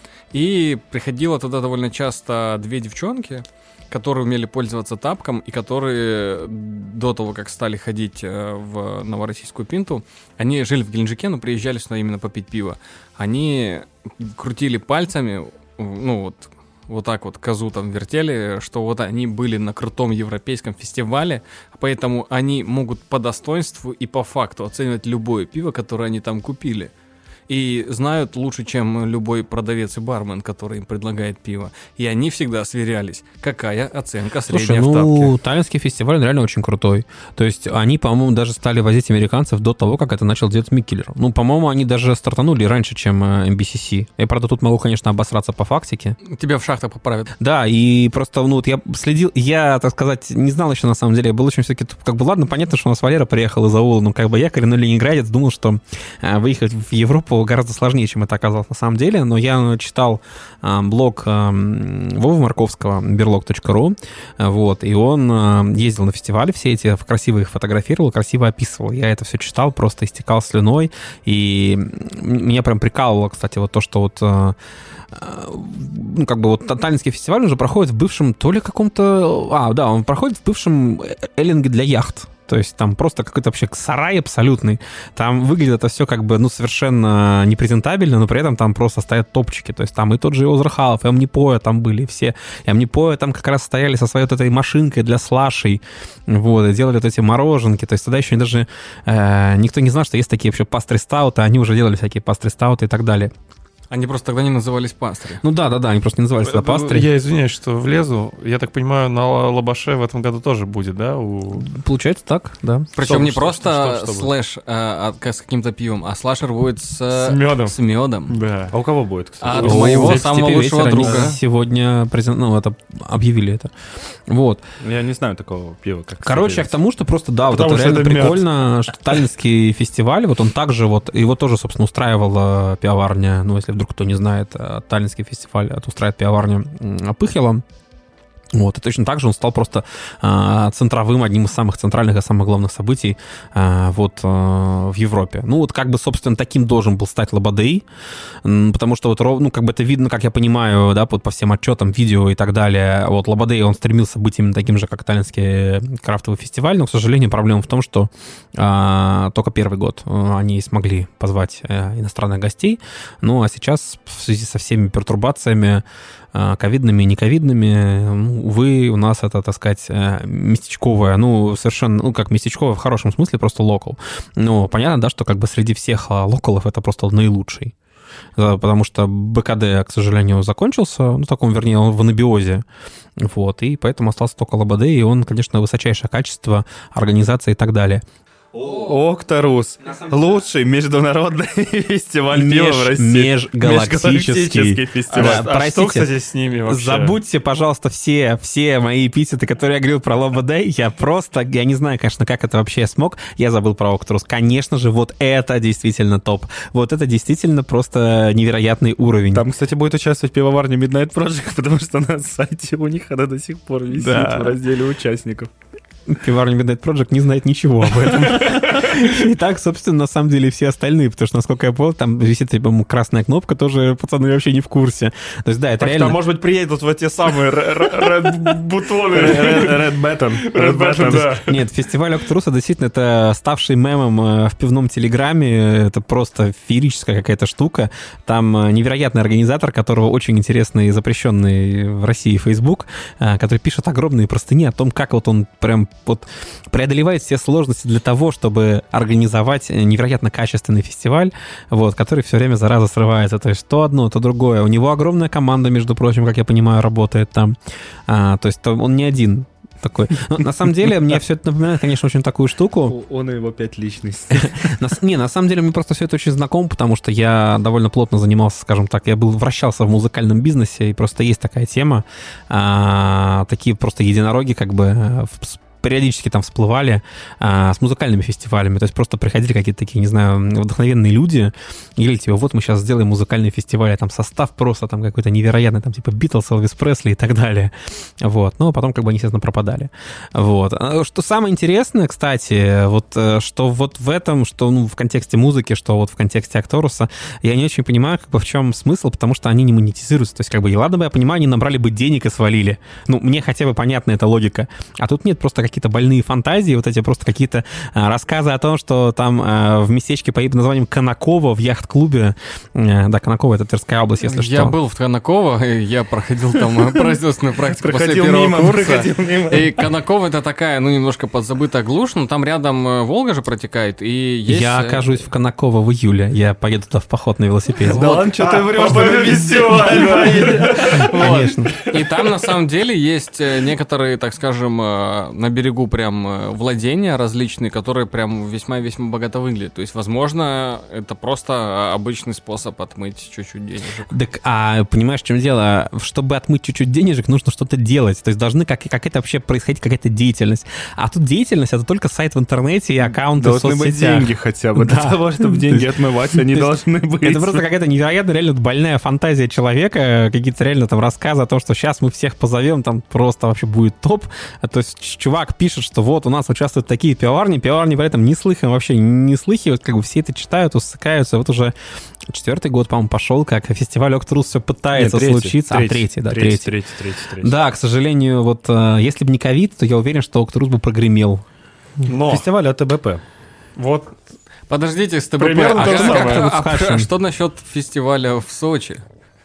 И приходило туда довольно часто 2 девчонки, которые умели пользоваться тапком и которые до того, как стали ходить в Новороссийскую Пинту, они жили в Геленджике, но приезжали сюда именно попить пиво. Они крутили пальцами, ну вот так вот козу там вертели, что вот они были на крутом европейском фестивале, поэтому они могут по достоинству и по факту оценивать любое пиво, которое они там купили. И знают лучше, чем любой продавец и бармен, который им предлагает пиво. И они всегда сверялись, какая оценка средняя в тапке. Таллинский фестиваль реально очень крутой. То есть они, по-моему, даже стали возить американцев до того, как это начал делать Миккеллер. Ну, по-моему, они даже стартанули раньше, чем MBCC. Я, правда, тут могу, конечно, обосраться по фактике. Тебя в шахтах поправят. Да, и просто, ну, вот я следил, я, так сказать, не знал еще, на самом деле, я был очень все-таки, как бы, ладно, понятно, что у нас Валера приехал из аула, но как бы я, коренной ленинградец, думал, что выехать в Европу гораздо сложнее, чем это оказалось на самом деле, но я читал блог Вовы Марковского, beerlog.ru, вот, и он ездил на фестивали все эти, красиво их фотографировал, красиво описывал. Я это все читал, просто истекал слюной, и меня прям прикалывало, кстати, вот то, что вот ну, как бы вот Таллинский фестиваль уже проходит в бывшем то ли каком-то... он проходит в бывшем эллинге для яхт. То есть там просто какой-то вообще сарай абсолютный. Там выглядит это все как бы, ну, совершенно непрезентабельно, но при этом там просто стоят топчики. То есть там и тот же Озерхалов, и Омнипоя там были все. И Омнипоя там как раз стояли со своей вот этой машинкой для слашей. Вот, и делали вот эти мороженки. То есть тогда еще даже никто не знал, что есть такие вообще пастри-стауты. Они уже делали всякие пастри-стауты и так далее. Они просто тогда не назывались пастыри. Ну да, они просто не назывались тогда пастыри. Я извиняюсь, что влезу. Я так понимаю, на Лабаше в этом году тоже будет, да? Получается так, да. Причем не просто слэш с каким-то пивом, а слашер будет с медом. С медом. Да. А у кого будет, кстати? От моего самого лучшего друга. Сегодня это объявили это. Вот. Я не знаю такого пива, как... Короче, я к тому, что просто, да, вот Потому это что реально это мед. прикольно, что таллинский фестиваль, вот он также вот, его тоже, собственно, устраивала пивоварня, ну, если вдруг кто не знает, таллинский фестиваль, это устраивает пивоварня Пыхила. Вот, и точно так же он стал просто центровым, одним из самых центральных и самых главных событий в Европе. Ну, вот как бы, собственно, таким должен был стать Лободей, потому что вот, ну, как бы это видно, как я понимаю, да, по всем отчетам, видео и так далее. Вот Лободей, он стремился быть именно таким же, как таллинский крафтовый фестиваль, но, к сожалению, проблема в том, что только первый год они смогли позвать иностранных гостей, ну, а сейчас в связи со всеми пертурбациями ковидными и нековидными, увы, у нас это, так сказать, местечковое, ну, совершенно, ну, как местечковое в хорошем смысле, просто локал. Но понятно, да, что как бы среди всех локалов это просто наилучший. Потому что БКД, к сожалению, закончился, ну, таком, вернее, он в анабиозе, вот, и поэтому остался только Лободей, и он, конечно, высочайшее качество, организация и так далее. Окторус. Лучший международный фестиваль пива в России. Межгалактический фестиваль. А что, кстати, с ними вообще? Забудьте, пожалуйста, все мои эпитеты, которые я говорил про Лободей. Я не знаю, конечно, как это вообще я смог. Я забыл про Окторус. Конечно же, вот это действительно топ. Вот это действительно просто невероятный уровень. Там, кстати, будет участвовать пивоварня Midnight Project, потому что на сайте у них она до сих пор висит в разделе участников. Пивоварня Midnight Project не знает ничего об этом. И так, собственно, на самом деле все остальные, потому что, насколько я понял, там висит, по-моему, красная кнопка, тоже пацаны вообще не в курсе. То есть, да, это реально... Там, может быть, приедут вот те самые бутоны. Red Button, да. Нет, фестиваль Окторуса действительно это ставший мемом в пивном телеграме, это просто феерическая какая-то штука. Там невероятный организатор, которого очень интересный и запрещенный в России Facebook, который пишет огромные простыни о том, как вот он прям вот преодолевает все сложности для того, чтобы организовать невероятно качественный фестиваль, вот, который все время, зараза, срывается. То есть то одно, то другое. У него огромная команда, между прочим, как я понимаю, работает там. То есть он не один такой. Но, на самом деле, мне все это напоминает, конечно, очень такую штуку. Он и его 5 личностей. На самом деле, мне просто все это очень знакомо, потому что я довольно плотно занимался, скажем так, я вращался в музыкальном бизнесе, и просто есть такая тема. Такие просто единороги, как бы, периодически там всплывали с музыкальными фестивалями. То есть просто приходили какие-то такие, не знаю, вдохновенные люди и говорили, типа, вот мы сейчас сделаем музыкальный фестиваль, а там состав просто там какой-то невероятный, там типа Битлз, Элвис Пресли и так далее. Вот. Но потом как бы они, естественно, пропадали. Вот. Что самое интересное, кстати, вот что вот в этом, что в контексте музыки, что вот в контексте Окторуса, я не очень понимаю, как бы в чем смысл, потому что они не монетизируются. То есть как бы, и ладно бы, я понимаю, они набрали бы денег и свалили. Ну, мне хотя бы понятна эта логика. А тут нет, просто какие-то больные фантазии, вот эти просто какие-то рассказы о том, что там в местечке под названием Конаково в яхт-клубе, да, Конаково — это Тверская область, если что. Я был в Конаково, и я проходил там производственную практику после первого курса. И Конаково — это такая, ну, немножко подзабытая глушь, но там рядом Волга же протекает, и есть... Я окажусь в Конаково в июле, я поеду туда в поход на велосипеде. Да ладно, что ты врешь, Конечно. И там, на самом деле, есть некоторые, так скажем, на берегу прям владения различные, которые прям весьма-весьма богато выглядят. То есть, возможно, это просто обычный способ отмыть чуть-чуть денежек. Так, а понимаешь, в чем дело? Чтобы отмыть чуть-чуть денежек, нужно что-то делать. То есть должны какая-то вообще происходить какая-то деятельность. А тут деятельность — это только сайт в интернете и аккаунты в соцсетях. Должны быть деньги хотя бы. Для того, чтобы деньги отмывать, они должны быть. Это просто какая-то невероятно реально больная фантазия человека, какие-то реально там рассказы о том, что сейчас мы всех позовем, там просто вообще будет топ. То есть чувак пишет, что вот у нас участвуют такие пивоварни при этом не слыхом, вообще не слыхивают, как бы все это читают, усыкаются. Вот уже 4-й год, по-моему, пошел, как фестиваль Окторус все пытается случиться. Третий. Да, к сожалению, вот если бы не ковид, то я уверен, что Окторус бы прогремел. Но фестиваль АТБП. Вот Подождите, с ТБП. Примерно то же самое. Что насчет фестиваля в Сочи?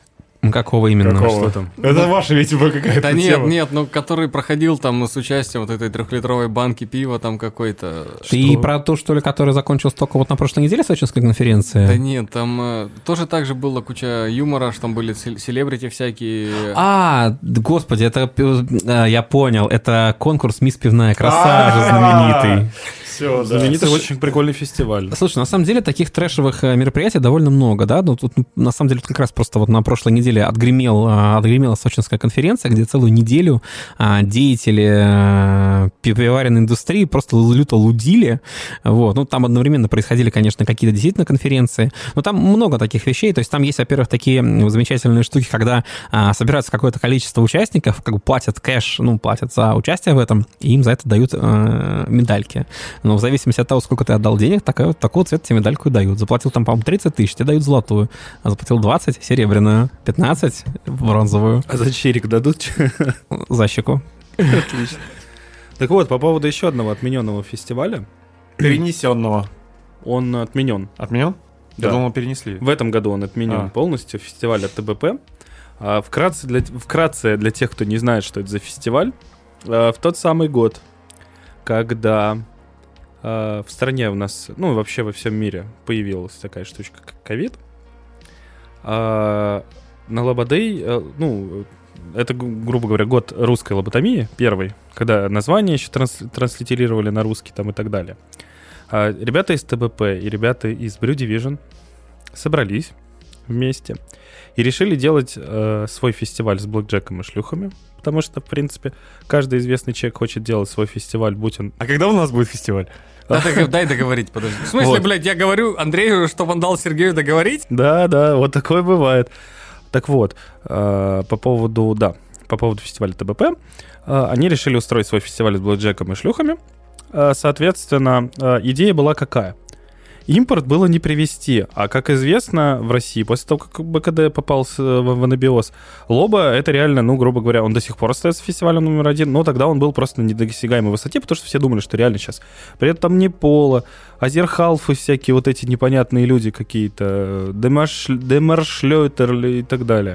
Какого именно? Какого? Что там? Это ваша, видимо, какая-то Да тема. нет, ну который проходил там с участием вот этой 3-литровой банки пива там какой-то. Ты про ту, что ли, которая закончилась только вот на прошлой неделе сочинской конференции? Да нет, там тоже так же была куча юмора, что там были селебрити всякие. Господи, это я понял, это конкурс «Мисс Пивная красавица» знаменитый. Все, да. Знаменитый очень прикольный фестиваль. Слушай, на самом деле таких трэшевых мероприятий довольно много, да? Ну, тут, на самом деле, как раз просто вот на прошлой неделе отгремела сочинская конференция, где целую неделю деятели пивоваренной индустрии просто люто лудили. Вот. Ну, там одновременно происходили, конечно, какие-то действительно конференции, но там много таких вещей. То есть там есть, во-первых, такие замечательные штуки, когда собирается какое-то количество участников, как бы платят кэш, платят за участие в этом, и им за это дают медальки. Но в зависимости от того, сколько ты отдал денег, такого цвета тебе медальку и дают. Заплатил там, по-моему, 30 тысяч, тебе дают золотую. А заплатил 20 — серебряную, 15 — бронзовую. А за черик дадут? За щеку. Отлично. Так вот, по поводу еще одного отмененного фестиваля. Перенесенного. Он отменен. Отменен? Да. Я думал, перенесли. В этом году он отменен полностью, фестиваль от ТБП. Вкратце для тех, кто не знает, что это за фестиваль, в тот самый год, когда в стране у нас, вообще во всем мире появилась такая штучка, как ковид, на Лободей, это, грубо говоря, год русской лоботомии, первый, когда название еще транслитерировали на русский там и так далее. Ребята из ТБП и ребята из Brew Division собрались вместе и решили делать свой фестиваль с блэкджеком и шлюхами, потому что, в принципе, каждый известный человек хочет делать свой фестиваль, будь он... А когда у нас будет фестиваль? Дай договорить, подожди. В смысле, блядь, я говорю Андрею, чтобы он дал Сергею договорить? Да, вот такое бывает. Так вот, по поводу фестиваля ТБП, они решили устроить свой фестиваль с блэкджеком и шлюхами. Соответственно, идея была какая? Импорт было не привезти, а, как известно, в России, после того, как БКД попал в анабиоз, Лоба, это реально, грубо говоря, он до сих пор остается фестивалем номер 1, но тогда он был просто на недосягаемой высоте, потому что все думали, что реально сейчас. При этом там не Пола, Азерхалфы всякие вот эти непонятные люди какие-то, Демаршлёйтерли и так далее.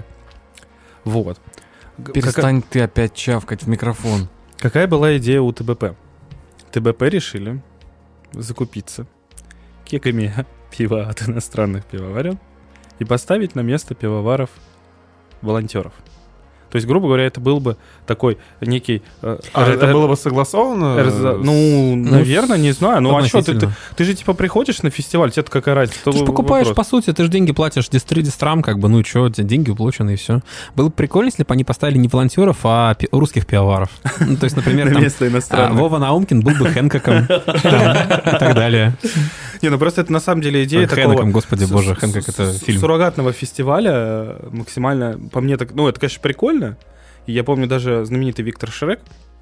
Вот. Перестань ты опять чавкать в микрофон. Какая была идея у ТБП? ТБП решили закупиться кеками пива от иностранных пивоварен и поставить на место пивоваров волонтеров. То есть, грубо говоря, это был бы такой некий... это было бы согласовано? Наверное, не знаю. Ну, а что, ты же, типа, приходишь на фестиваль, тебе-то какая разница? Ты же покупаешь, по сути, ты же деньги платишь дистрам, как бы, деньги уплочены, и все. Было бы прикольно, если бы они поставили не волонтеров, а русских пивоваров. То есть, например, там Вова Наумкин был бы Хэнкоком и так далее. Не, просто это на самом деле идея такого... Хэнкоком, господи боже, Хэнкок — это фильм. Суррогатного фестиваля максимально, по мне, так, это, конечно, прикольно. И я помню даже знаменитый Виктор Шрек,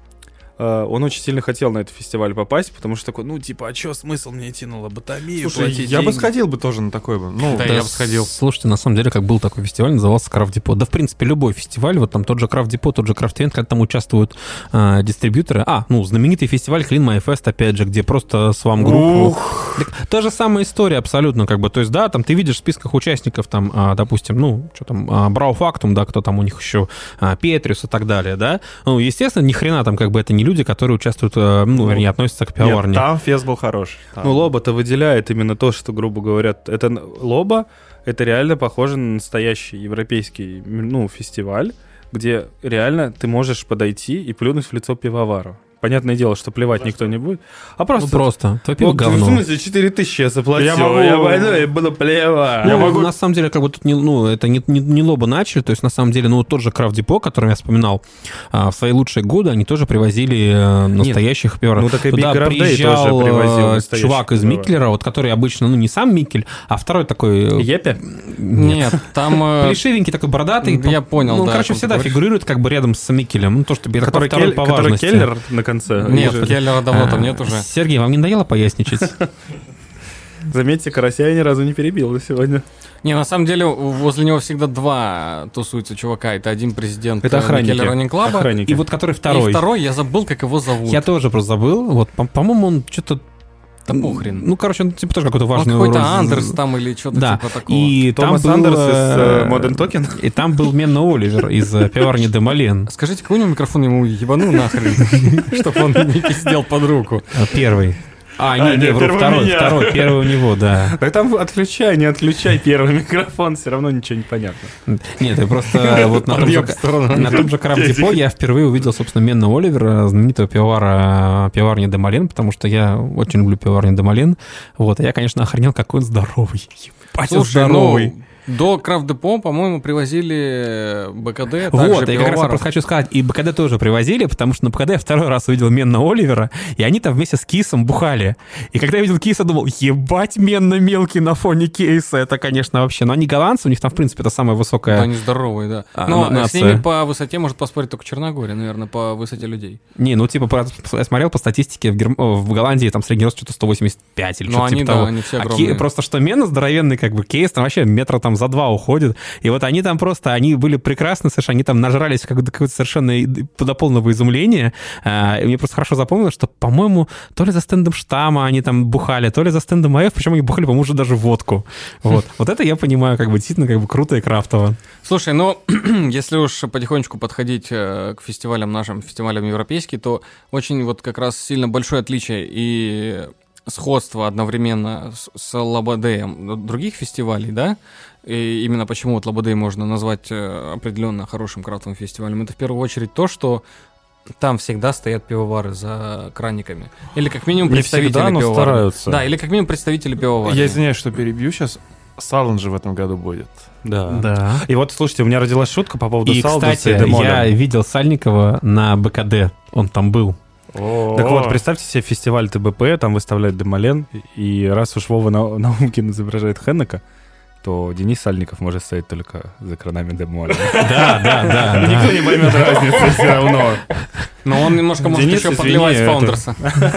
он очень сильно хотел на этот фестиваль попасть, потому что такой, а что смысл мне идти на лоботомию? Слушай, я бы сходил бы тоже на такой бы. Я бы сходил. Слушайте, на самом деле, как был такой фестиваль, назывался Крафт Депо. Да, в принципе, любой фестиваль, вот там тот же Крафт Депо, тот же Крафт Ивент, когда там участвуют дистрибьюторы. знаменитый фестиваль Clean My Fest, опять же, где просто свам-группу. Та же самая история абсолютно, как бы, то есть, да, там ты видишь в списках участников, там, допустим, Брау Фактум, да, кто там у них еще, Петриус и так далее, да. Естественно, ни хрена там, как бы, это не люди, которые участвуют, вернее, относятся к пивоварне. Нет, там фест был хороший. Лоба-то выделяет именно то, что, грубо говоря, это Лоба, это реально похоже на настоящий европейский, фестиваль, где реально ты можешь подойти и плюнуть в лицо пивовару. Понятное дело, что плевать никто не будет. А просто... Твое пиво говно. В смысле, 4000 я заплатил. Я пойду и буду плевать. На самом деле, как бы тут это не Лоба начали, то есть, на самом деле, тот же Крафт Депо, который я вспоминал, в свои лучшие годы они тоже привозили настоящих пивоваров. Так и туда Big Craft Day тоже привозил настоящих чувак из Миклера, вот который обычно, не сам Микель, а второй такой... Епе? Нет, там... Плешивенький такой, бородатый. Я понял, да. Всегда фигурирует как бы рядом с Микелем. То, что который Келлер на конце. Нет, Келлера давно там нет уже. Сергей, вам не надоело поясничать? Заметьте, Карася я ни разу не перебил сегодня. Не, на самом деле, возле него всегда два тусуются чувака. Это один президент Келлер Running Club. И вот который второй. И второй, я забыл, как его зовут. Я тоже просто забыл. Вот, по-моему, он что-то Да похрен. Ну, короче, он типа тоже какой-то Он важный какой-то Андерс там или что-то Да, типа такого. и Томас там Андерс был, из Modern Token. и там был Менна Оливер из пивоварни де Мален. Скажите, какой у него микрофон ему ебану нахрен, чтобы он не пиздел под руку. Первый. Не, первый второй, первый у него, да. Так там отключай, не отключай первый микрофон, все равно ничего не понятно. Нет, ты просто вот на том же Крафт Депо я впервые увидел, собственно, Менна Оливера, знаменитого пивовара пивоварни де Мален, потому что я очень люблю пивоварню де Мален. Вот, и я, конечно, охренел, какой он здоровый. Ебать, он здоровый. До Крафт-депо, по-моему, привозили БКД. Вот, я как раз просто хочу сказать, и БКД тоже привозили, потому что на БКД я второй раз увидел Менна Оливера, и они там вместе с Кисом бухали. И когда я видел Киса, думал, ебать, Менна мелкий на фоне Кейса, это, конечно, вообще... Но они голландцы, у них там, в принципе, это самая высокая... Да, они здоровые, да. Но с ними по высоте может поспорить только Черногория, наверное, по высоте людей. Не, ну, типа, я смотрел по статистике, в Голландии там средний рост что-то 185 или что-то типа того. Они все огромные. Просто что Менна здоровенный, как бы, Кейс там вообще метра там за 2 уходит. И вот они там просто, они были прекрасны совершенно, они там нажрались какого-то совершенно до полного изумления. И мне просто хорошо запомнилось, что, по-моему, то ли за стендом Штамма они там бухали, то ли за стендом АФ, причем они бухали, по-моему, уже даже водку. Вот. Вот это я понимаю, как бы, действительно, как бы, круто и крафтово. Слушай, ну, если уж потихонечку подходить к фестивалям нашим, фестивалям европейским, то очень вот как раз сильно большое отличие и сходство одновременно с Лободеем других фестивалей, да? И именно почему вот Лободей можно назвать определенно хорошим крафтовым фестивалем, это в первую очередь то, что там всегда стоят пивовары за краниками. Или как минимум представители пивоваров. Не всегда, но стараются. Да, или как минимум представители пивоваров. Я извиняюсь, что перебью сейчас. Салон же в этом году будет. Да. И вот, слушайте, у меня родилась шутка по поводу и, Салдуса кстати, и Демоля. я видел Сальникова на БКД, он там был. Так вот, представьте себе фестиваль ТБП, там выставляют Демолен, и раз уж Вова Наумкин изображает Хеннека, то Денис Сальников может стоять только за кранами Демоля. Да. Никто не поймет разницы все равно. Но он немножко может Денис, еще извини, подливать Фаундерса.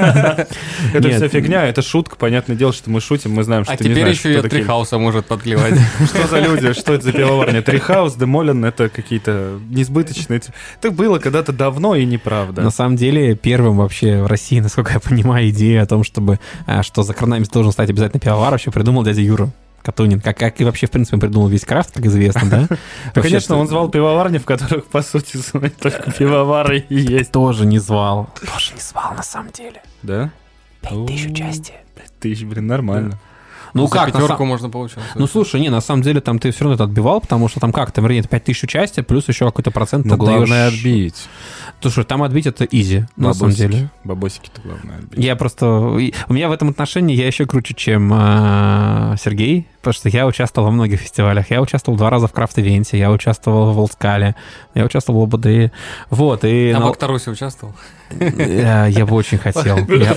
Это вся фигня, это шутка, понятное дело, что мы шутим, мы знаем, что А ты не теперь знаешь, еще и кто от такие. Трихауса может подливать. Что за люди, что это за пивоварня? Трихаус, Демолен — это какие-то несбыточные... Это было когда-то давно и неправда. На самом деле, первым вообще в России, насколько я понимаю, идею о том, что за кранами должен стать обязательно пивовар, вообще придумал дядя Юра Катунин. Как и вообще, в принципе, придумал весь крафт, как известно, да? Ну, конечно, он звал пивоварни, в которых, по сути, только пивовары и есть. Тоже не звал, на самом деле. Да? 5000 участия. 5000, блин, нормально. Ну За как, пятерку можно получать. Ну слушай, на самом деле там ты все равно это отбивал, потому что там как, там, вернее, это 5000 участия, плюс еще какой-то процент ты главное отдаешь. отбить. Слушай, там отбить это изи, на самом деле. Бабосики-то главное отбить. Я просто... У меня в этом отношении я еще круче, чем Сергей, потому что я участвовал во многих фестивалях. Я участвовал 2 раза в Крафт-ивенте, я участвовал в Волскале, я участвовал в ЛБД. Вот, и... А в Актарусе участвовал? Я бы очень хотел. Я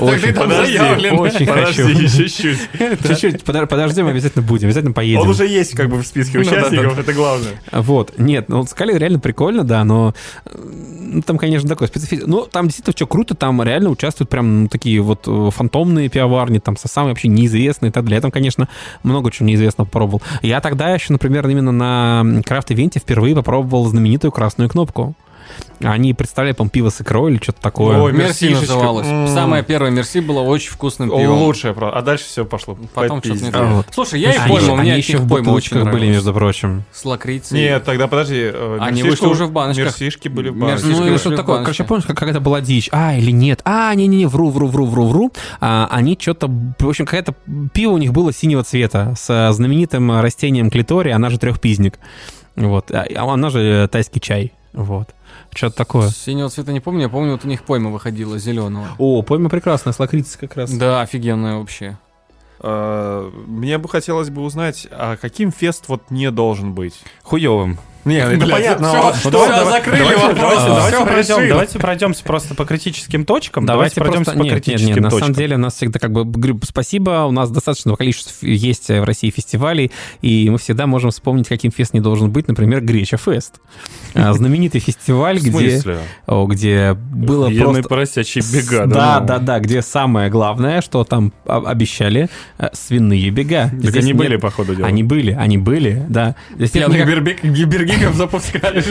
очень хочу. Подожди, чуть-чуть. Чуть-чуть, подожди, мы обязательно будем, обязательно поедем. Он уже есть как бы в списке участников, это главное. Вот, нет, ну Волскале реально прикольно, да, но там, конечно, такой специфический. Ну, там действительно что круто, там реально участвуют прям такие вот фантомные пивоварни, там самые вообще неизвестные и так далее. Я там, конечно, много чего неизвестного попробовал. Я тогда еще, например, именно на крафт-ивенте впервые попробовал знаменитую красную кнопку. Они представляли, по-моему, пиво с икрой или что-то такое. Ой, Мерси называлось. Самая первая Мерси была очень вкусным пивом. Лучшее, а дальше все пошло. Потом что-то не так. так. Слушай, я и пойму, у меня еще в бутылочках были, между прочим. С лакрицей. Нет, тогда подожди. Они вышли уже в баночках. Мерсишки были в Мерсишки баночках. Ну, или вышли что-то в такое. баночке. Короче, помнишь, как это была дичь? Или нет? Не-не-не, вру. Они что-то... В общем, какое-то пиво у них было синего цвета с знаменитым растением клитори, она же трехпизник. Вот. Она же тайский чай. Вот. Что-то такое. Синего цвета не помню, я помню, вот у них пойма выходила зеленого. Пойма прекрасная, с лакрицей как раз. Да, офигенная вообще. Мне бы хотелось бы узнать, а каким фест вот не должен быть? Хуёвым. Не, это понятно. Закрыли вопрос. Давайте пройдемся просто по критическим точкам. Давайте пройдемся просто... по критическим на самом точкам. деле нас всегда как бы... Говорю, спасибо, у нас достаточно количество есть в России фестивалей, и мы всегда можем вспомнить, каким фест не должен быть, например, Греча Фест. Знаменитый фестиваль, В смысле? где было Охуенные просто... поросячьи бега. Да, где самое главное, что там обещали свиные бега. Так они были, походу дела. Они были, да. Здесь нет Пьяных никак- гибергей гигов запускали.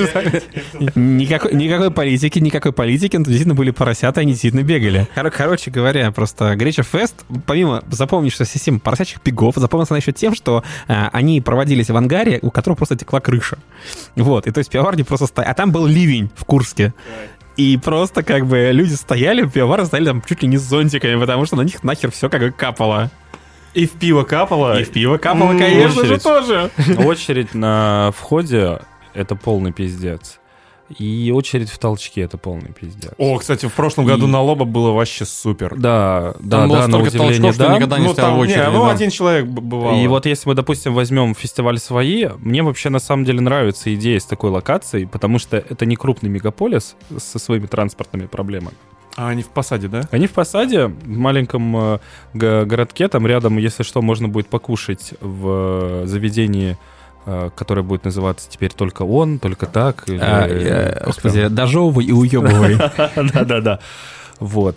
Никакой политики, но действительно были поросята, они действительно бегали. Короче говоря, просто Греча Фест, помимо запомнившейся системы поросячьих бегов, запомнился она еще тем, что они проводились в ангаре, у которого просто текла крыша. Вот, и то есть пивоварни просто стояли. А там был ливень в Курске. И просто как бы люди стояли, пивовары стояли там чуть ли не с зонтиками, потому что на них нахер все как бы капало. И в пиво капало? И в пиво капало, конечно же, тоже. Очередь на входе — это полный пиздец. И очередь в толчке — это полный пиздец. О, кстати, в прошлом году на Лоба было вообще супер. Да, там было на столько толчков, что никогда не стоял в очереди. Один человек бывал. И вот если мы, допустим, возьмем фестиваль «Свои», мне вообще на самом деле нравится идея с такой локацией, потому что это не крупный мегаполис со своими транспортными проблемами. А они в Посаде, да? Они в Посаде, в маленьком городке, там рядом, если что, можно будет покушать в заведении, которое будет называться теперь «Только он», «Только так». Господи, дожевывай и уебывай. Да-да-да. Вот.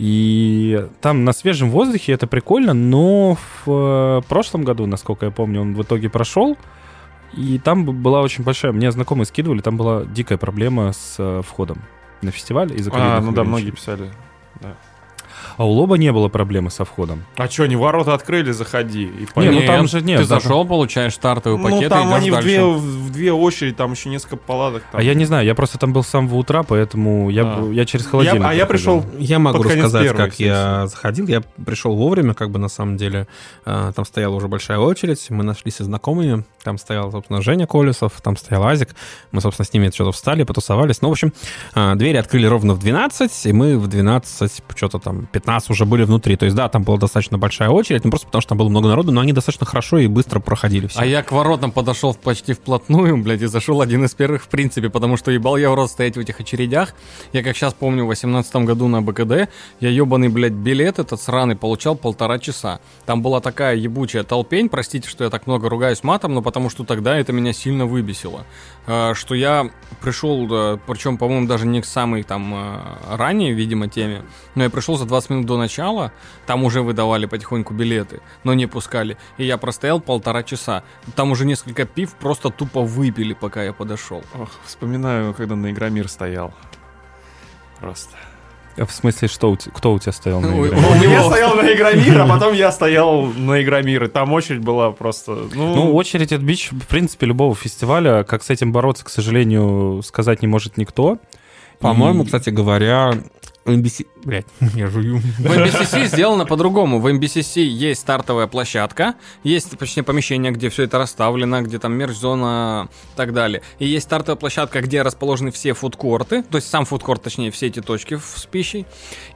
И там на свежем воздухе это прикольно, но в прошлом году, насколько я помню, он в итоге прошел, и там была очень большая, мне знакомые скидывали, там была дикая проблема с входом на фестиваль из-за ковидных ограничений. Многие писали. Да. А у Лоба не было проблемы со входом. А что, они ворота открыли, заходи. Там же нет. Ты зашел, получаешь стартовый пакет, там и они идешь дальше. в две очереди, там еще несколько палаток. Там. А я не знаю, я просто там был с самого утра, поэтому я через холодильник. Я пришел. Я могу рассказать, первой, как я заходил. Я пришел вовремя, как бы на самом деле. Там стояла уже большая очередь, мы нашлись со знакомыми. Там стоял, собственно, Женя Колесов, там стоял Азик. Мы, собственно, с ними что-то встали, потусовались. Ну, в общем, двери открыли ровно в 12, и мы в 12, что-то там, 15 уже были внутри. То есть, да, там была достаточно большая очередь, не просто потому, что там было много народу, но они достаточно хорошо и быстро проходили все. А я к воротам подошел почти вплотную, блядь, и зашел один из первых в принципе, потому что ебал я в рот стоять в этих очередях. Я, как сейчас помню, в 18 году на БКД я ебаный, блядь, билет этот сраный получал 1,5 часа. Там была такая ебучая толпень, простите, что я так много ругаюсь матом, но потому что тогда это меня сильно выбесило. Что я пришел, причем, по-моему, даже не к самой там ранней, видимо, теме, но я пришел за 20 минут до начала, там уже выдавали потихоньку билеты, но не пускали. И я простоял 1,5 часа. Там уже несколько пив просто тупо выпили, пока я подошел. Ох, вспоминаю, когда на Игромир стоял. Просто. В смысле, кто у тебя стоял на Игромир? Я стоял на Игромир, а потом я стоял на Игромир, и там очередь была просто... очередь — это бич, в принципе, любого фестиваля. Как с этим бороться, к сожалению, сказать не может никто. По-моему, кстати говоря, MBC... Блядь, я жую. В MBCC сделано по-другому. В MBCC есть стартовая площадка, есть, точнее, помещение, где все это расставлено, где там мерч-зона и так далее. И есть стартовая площадка, где расположены все фудкорты, то есть сам фудкорт, точнее, все эти точки с пищей.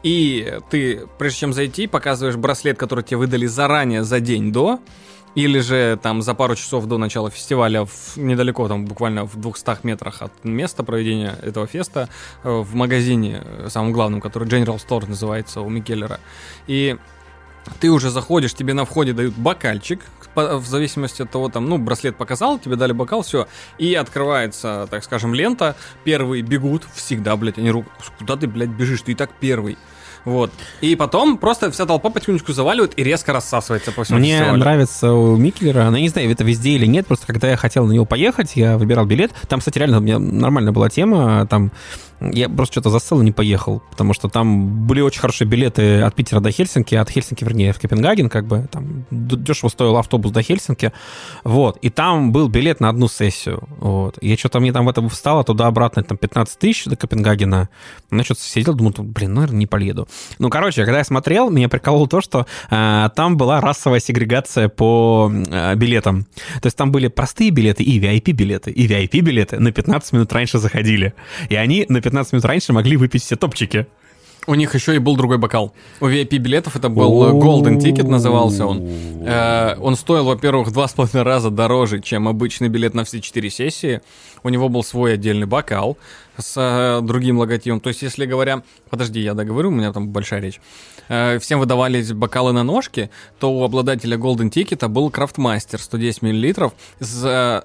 И ты, прежде чем зайти, показываешь браслет, который тебе выдали заранее за день до, или же там за пару часов до начала фестиваля недалеко, там буквально в 200 метрах от места проведения этого феста, в магазине, самом главном, который General Store называется у Микеллера. И ты уже заходишь, тебе на входе дают бокальчик, в зависимости от того, там, браслет показал, тебе дали бокал, все, и открывается, так скажем, лента, первые бегут, всегда, блядь, они куда ты, блядь, бежишь, ты и так первый. Вот. И потом просто вся толпа потихонечку заваливает и резко рассасывается по всему фестивалю. Мне нравится у Микеллера, я не знаю, это везде или нет, просто когда я хотел на него поехать, я выбирал билет, там, кстати, реально у меня нормальная была тема, там я просто что-то засел и не поехал, потому что там были очень хорошие билеты от Питера до Хельсинки, от Хельсинки, вернее, в Копенгаген, как бы, там дешево стоил автобус до Хельсинки, вот, и там был билет на одну сессию, вот, и что-то мне там в это встало, туда-обратно, там, 15 тысяч до Копенгагена, я что-то сидел, думал, наверное, не поеду. Ну, короче, когда я смотрел, меня прикололо то, что там была расовая сегрегация по билетам, то есть там были простые билеты и VIP-билеты, и VIP-билеты на 15 минут раньше заходили, и они на 15 минут раньше могли выпить все топчики. У них еще и был другой бокал. У VIP-билетов это был Golden Ticket, назывался он. Он стоил, во-первых, 2,5 раза дороже, чем обычный билет на все 4 сессии. У него был свой отдельный бокал с другим логотипом. То есть, если говоря... Подожди, я договорю, у меня там большая речь. Всем выдавались бокалы на ножки, то у обладателя Golden Ticket был Крафтмастер 110 мл с...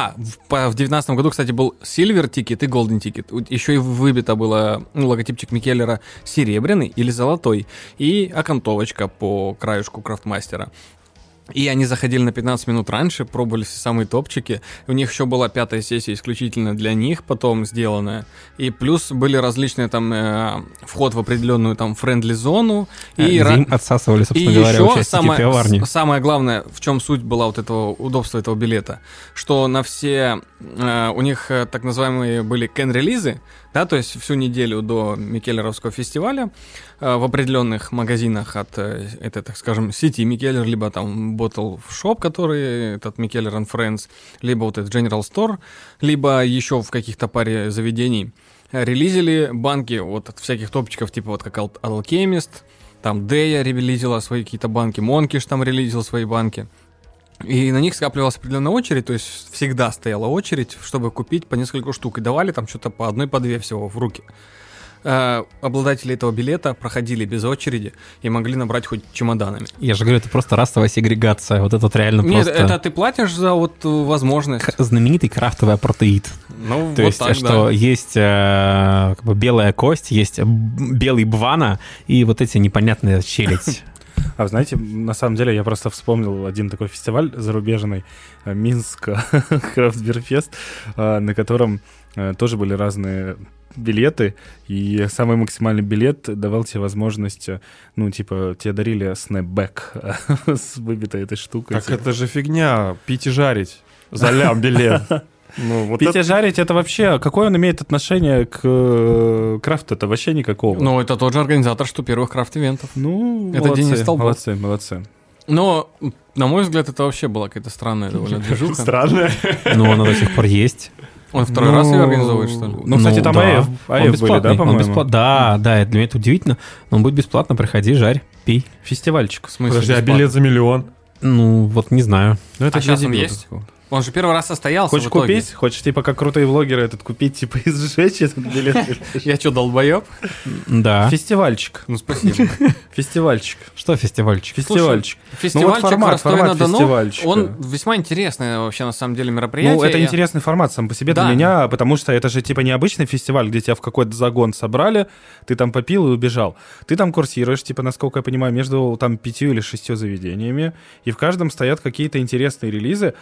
в 19 году, кстати, был Silver Ticket и Golden Ticket. Еще и выбито было логотипчик Микеллера серебряный или золотой. И окантовочка по краюшку Крафтмастера. И они заходили на 15 минут раньше, пробовали все самые топчики. У них еще была 5-я сессия исключительно для них потом сделанная. И плюс были различные там вход в определенную там френдли-зону. И им отсасывали, собственно говоря, участники пивоварни. Самое главное, в чем суть была вот этого удобства этого билета, что на все... у них так называемые были кен-релизы, да, то есть всю неделю до Микеллеровского фестиваля в определенных магазинах от, это, так скажем, сети Микеллер, либо там Bottle Shop, который этот Mikeller and Friends, либо вот этот General Store, либо еще в каких-то паре заведений релизили банки вот от всяких топчиков, типа вот как Alchemist, там Deya релизила свои какие-то банки, Monkish там релизил свои банки. И на них скапливалась определенная очередь, то есть всегда стояла очередь, чтобы купить по несколько штук. И давали там что-то по одной, по две всего в руки. Обладатели этого билета проходили без очереди и могли набрать хоть чемоданами. Я же говорю, это просто расовая сегрегация. Вот это вот реально Нет, просто... это ты платишь за вот возможность. Знаменитый крафтовый апартеид. Ну, То вот есть, так, что да. есть как бы белая кость, есть белый бвана и вот эти непонятные челядь. А вы знаете, на самом деле я просто вспомнил один такой фестиваль зарубежный, Минск Крафт Бирфест, на котором тоже были разные билеты, и самый максимальный билет давал тебе возможность, ну, типа, тебе дарили снэпбэк с выбитой этой штукой. Так это же фигня, пить и жарить за лям билет. Ну, вот Пить и жарить, это вообще... Какое он имеет отношение к крафту? Это вообще никакого. Ну, это тот же организатор, что первых крафт-ивентов. Ну, это молодцы, Денис Столбов. молодцы. Но, на мой взгляд, это вообще была какая-то странная довольно движуха. Странно. Но она до сих пор есть. Он второй раз ее организовывает, что ли? Ну, кстати, там да. АЭФ были, да, по-моему? Да, для меня это удивительно. Но он будет бесплатно, приходи, жарь, пей. Фестивальчик. В смысле, Подожди, а бесплатно? билет за миллион? Ну, вот не знаю. Ну, это А для щас он дебютов. есть? Он же первый раз состоялся Хочешь в итоге. купить? Хочешь, типа, как крутые влогеры этот купить, типа, и сжечь этот билет? Я что, долбоеб? Да. Фестивальчик. Ну, спасибо. Фестивальчик. Что фестивальчик? Фестивальчик. Фестивальчик формат в Ростове-на-Дону, фестивальчика. он весьма интересное вообще, на самом деле, мероприятие. Ну, это Я- интересный формат сам по себе Да. для меня, потому что это же, типа, необычный фестиваль, где тебя в какой-то загон собрали, ты там попил и убежал. Ты там курсируешь, типа, насколько я понимаю, между там 5 или 6 заведениями, и в каждом стоят какие-то интересные релизы.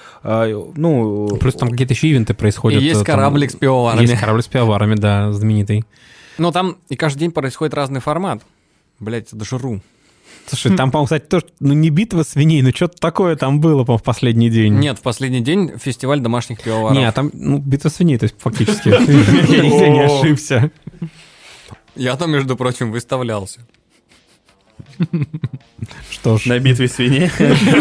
Ну, Плюс там какие-то еще ивенты происходят. И есть там- кораблик с пивоварами. Есть кораблик с пивоварами, да, знаменитый. Но там и каждый день происходит разный формат. Блять, это жру. Слушай, там, по-моему, кстати, тоже, ну, не битва свиней, но что-то такое там было, по-моему, в последний день. Нет, в последний день фестиваль домашних пивоваров. Не, а там, ну, битва свиней, то есть фактически. Я нигде не ошибся. Я там, между прочим, выставлялся. Что ж. на битве свиней.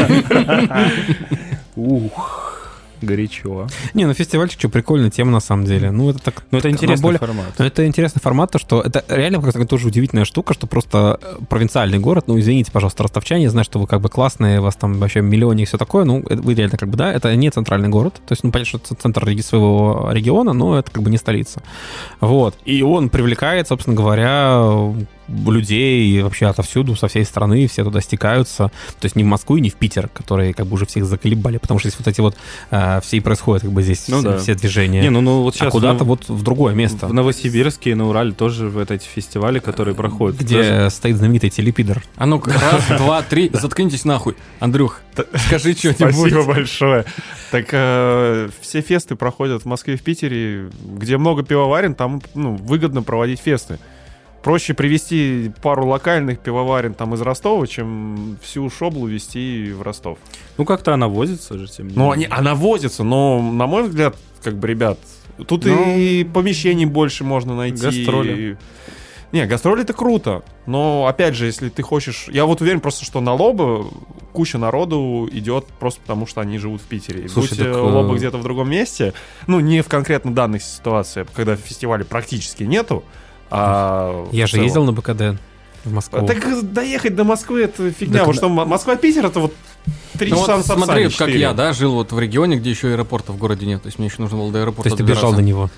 Ух, горячо. Не, ну фестивальчик, что, прикольная тема на самом деле. Ну, это так... Ну, это она интересный более- формат. Но это интересный формат, то, что это реально как-то тоже удивительная штука, что просто провинциальный город, ну, извините, пожалуйста, ростовчане, я знаю, что вы как бы классные, у вас там вообще миллионник и все такое, ну, вы реально как бы, да, это не центральный город, то есть, ну, понятно, что это центр своего региона, но это как бы не столица. Вот. И он привлекает, собственно говоря, людей и вообще отовсюду, со всей страны, все туда стекаются. То есть не в Москву и не в Питер, которые как бы уже всех заколебали, потому что здесь вот эти вот все и происходят как бы здесь Ну да. все движения. Не, ну вот сейчас а куда-то вот в другое место. в Новосибирске и на Урале тоже вот эти фестивали, которые проходят. Где Даже- стоит знаменитый телепидер. А ну-ка, раз, два, три, заткнитесь нахуй. Андрюх, скажи что-нибудь. Спасибо большое. Так все фесты проходят в Москве и в Питере, где много пивоварен, там выгодно проводить фесты. Проще привезти пару локальных пивоварен там из Ростова, чем всю шоблу везти в Ростов. Ну, как-то она возится же, тем не Ну, менее. она возится, но, на мой взгляд, как бы, ребят, тут Ну, и помещений больше можно найти. гастроли. Не, гастроли это круто, но, опять же, если ты хочешь... Я вот уверен просто, что на Лобо куча народу идет просто потому, что они живут в Питере. Слушай, Будь так, Лобо где-то в другом месте, ну, не в конкретно данной ситуации, когда фестиваля практически нету, а Я в же целом. ездил на БКД в Москву. Так доехать до Москвы это фигня. Так Вот что Москва-Питер это вот 3 Ну часа вот на Сапсане, смотри, как 4. я, да, жил вот в регионе, где еще аэропорта в городе нет. То есть мне еще нужно было до То аэропорта есть ты бежал до него.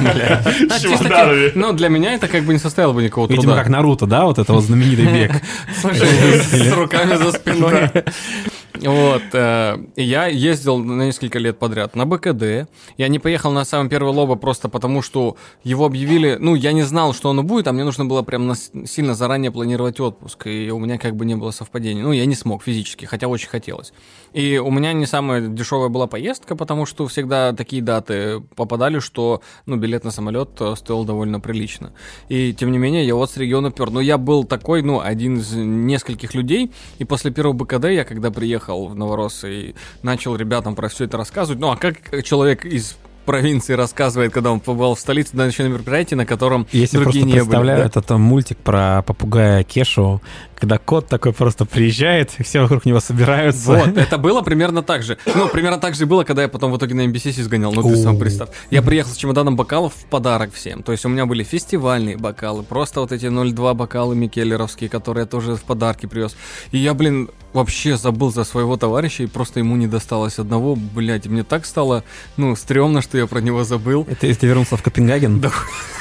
Ну, для меня это как бы не составило бы никакого Видимо, труда. как Наруто, да, вот это вот знаменитый бег. Слушай, с руками за спиной. Вот, и я ездил на несколько лет подряд на БКД. Я не поехал на самый первый лоба просто потому, что его объявили... Ну, я не знал, что оно будет, а мне нужно было прям сильно заранее планировать отпуск. И у меня как бы не было совпадений. Ну, я не смог физически, хотя очень хотелось. И у меня не самая дешевая была поездка, потому что всегда такие даты попадали, что, ну, билет на самолет стоил довольно прилично. И, тем не менее, я вот с региона пёр. Но я был такой, ну, один из нескольких людей. И после первого БКД я, когда приехал в Новороссы и начал ребятам про все это рассказывать. Ну, а как человек из провинции рассказывает, когда он побывал в столице, на ночном мероприятии, на котором если другие не были. Я просто представляю, это там мультик про попугая Кешу, когда кот такой просто приезжает, и все вокруг него собираются. Вот, это было примерно так же. Ну, примерно так же было, когда я потом в итоге на MBCC сгонял. Ну, ты сам представь. Я приехал с чемоданом бокалов в подарок всем. То есть у меня были фестивальные бокалы, просто вот эти 0,2 бокалы микеллеровские, которые я тоже в подарки привез. И я, вообще забыл за своего товарища, и просто ему не досталось одного. Блядь, и мне так стало, стрёмно, что я про него забыл. Это если ты вернулся в Копенгаген? Да.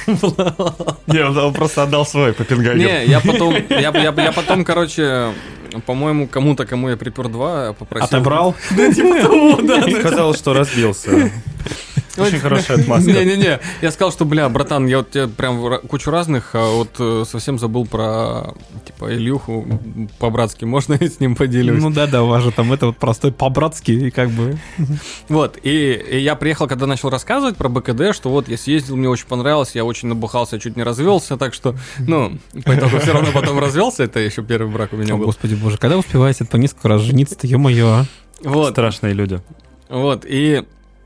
Не, он просто отдал свой Копенгаген. Не, я потом, короче, по-моему, кому я припер 2, попросил. Отобрал? Да, типа того, да. Сказал, что разбился. Очень хорошая отмазка. Не-не-не, я сказал, что, братан, я вот тебе прям кучу разных, а вот совсем забыл про, типа, Илюху по-братски, можно я с ним поделюсь? Ну да, у вас же там это вот простой по-братски, и как бы... Вот, и я приехал, когда начал рассказывать про БКД, что вот я съездил, мне очень понравилось, я очень набухался, чуть не развелся, так что, по итогу все равно потом развелся, это еще первый брак у меня был. О, господи боже, когда успеваете по несколько раз жениться-то, ё-моё. Вот. Страшные люди. Вот, и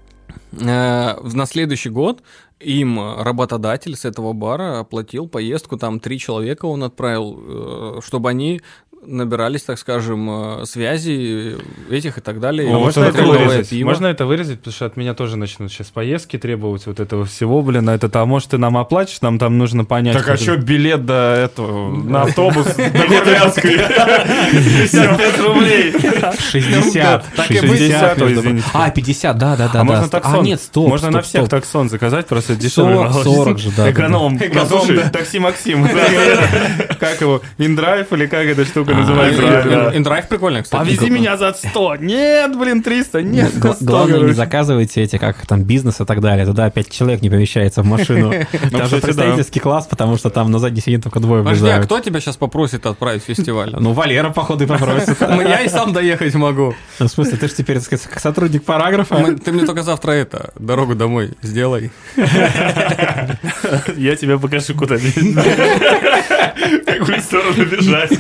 на следующий год им работодатель с этого бара оплатил поездку, там 3 человека он отправил, чтобы они набирались, так скажем, связи этих и так далее. Можно это вырезать? Можно это вырезать, потому что от меня тоже начнут сейчас поездки требовать вот этого всего, а может ты нам оплатишь, нам там нужно понять. Так а что билет до этого, на автобус до Кудрянской? 55 рублей. 60. 60, извините. 50, да. А можно таксон? Нет, стоп. Можно на всех таксон заказать, просто дешевле. 40 же, да. Эконом. Слушай, такси Максим. Как его? Индрайв или как эта штука называется? Индрайв прикольно, кстати. Повези меня за 100. Нет, 300. Нет, за 100. Главное, не заказывайте эти, как там, бизнес и так далее. Туда 5 человек не помещается в машину. Там же представительский класс, потому что там на задней сиденье только 2 влезают. влезают. А кто тебя сейчас попросит отправить в фестиваль? Ну, Валера, походу, и попросит. Я и сам доехать могу. В смысле, ты же теперь, так сказать, сотрудник параграфа. Ты мне только завтра дорогу домой сделай. Я тебе покажу, куда бежать. В какую сторону бежать.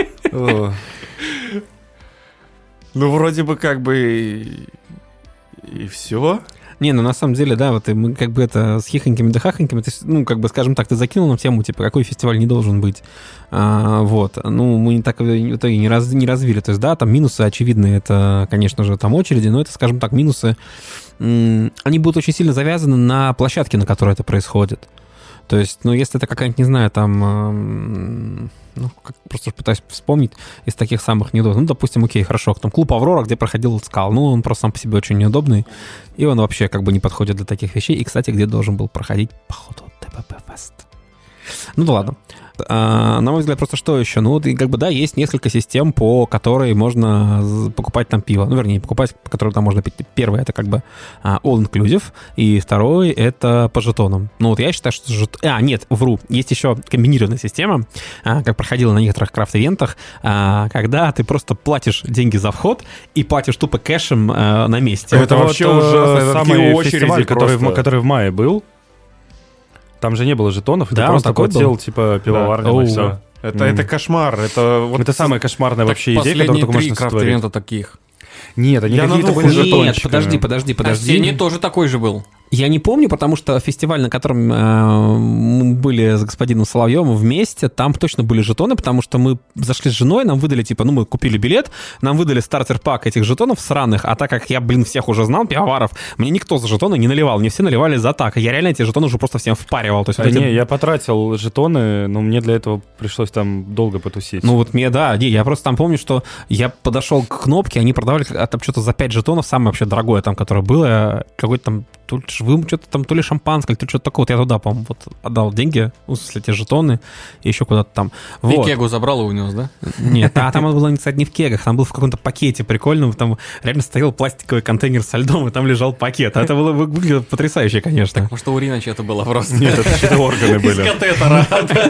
Ну, вроде бы как бы и все. Не, ну на самом деле, да, вот мы как бы это с хихоньками да хахоньками, как бы, скажем так, ты закинул нам тему, типа, какой фестиваль не должен быть. Вот. Ну, мы так в итоге не развили. То есть, да, там минусы очевидные, это, конечно же, там очереди, но это, скажем так, минусы, они будут очень сильно завязаны на площадке, на которой это происходит. То есть, ну, если это какая-нибудь, не знаю, там... просто пытаюсь вспомнить из таких самых неудобных. Ну, допустим, окей, хорошо, там клуб «Аврора», где проходил скал. Ну, он просто сам по себе очень неудобный, и он вообще как бы не подходит для таких вещей. И, кстати, где должен был проходить, походу, ТПП-фест. Ну да ладно. На мой взгляд, просто что еще? Ну, вот, и как бы, да, есть несколько систем, по которой можно покупать там пиво. Ну, вернее, покупать, по которым там можно пить. Первое — это как бы all-inclusive, и второй — это по жетонам. Ну, вот я считаю, что... нет, вру. Есть еще комбинированная система, как проходила на некоторых крафт-ивентах, когда ты просто платишь деньги за вход и платишь тупо кэшем на месте. Это вообще ужасно. Самый фестиваль, который в мае был. Там же не было жетонов, и да, ты просто платил, был? типа, пивоварню, и все. Это кошмар. Это самая кошмарная вообще идея, которую только можно сотворить. Крафт-ивента таких. Нет, они какие-то были жетончиками. Нет, подожди. Осенний тоже такой же был. Я не помню, потому что фестиваль, на котором мы были с господином Соловьевым вместе, там точно были жетоны, потому что мы зашли с женой, нам выдали, типа, мы купили билет, нам выдали стартер-пак этих жетонов сраных, а так как я, всех уже знал, пивоваров, мне никто за жетоны не наливал, мне все наливали за так, я реально эти жетоны уже просто всем впаривал. То есть, я потратил жетоны, но мне для этого пришлось там долго потусить. Ну вот я просто там помню, что я подошел к кнопке, они продавали там что-то за 5 жетонов, самое вообще дорогое там, которое было, какой-то там то ли что-то там, то ли шампанское, то ли что-то такое. Вот я туда, по-моему, вот отдал деньги, ну, в смысле, те жетоны, и еще куда-то там. Ты Вот. кегу забрал и унес, да? Нет, там он был, кстати, не в кегах, там был в каком-то пакете прикольном, там реально стоял пластиковый контейнер со льдом, и там лежал пакет. Это было выглядело потрясающе, конечно. Может, урина чья-то была просто. Нет, это чьи-то органы были. Из катетера.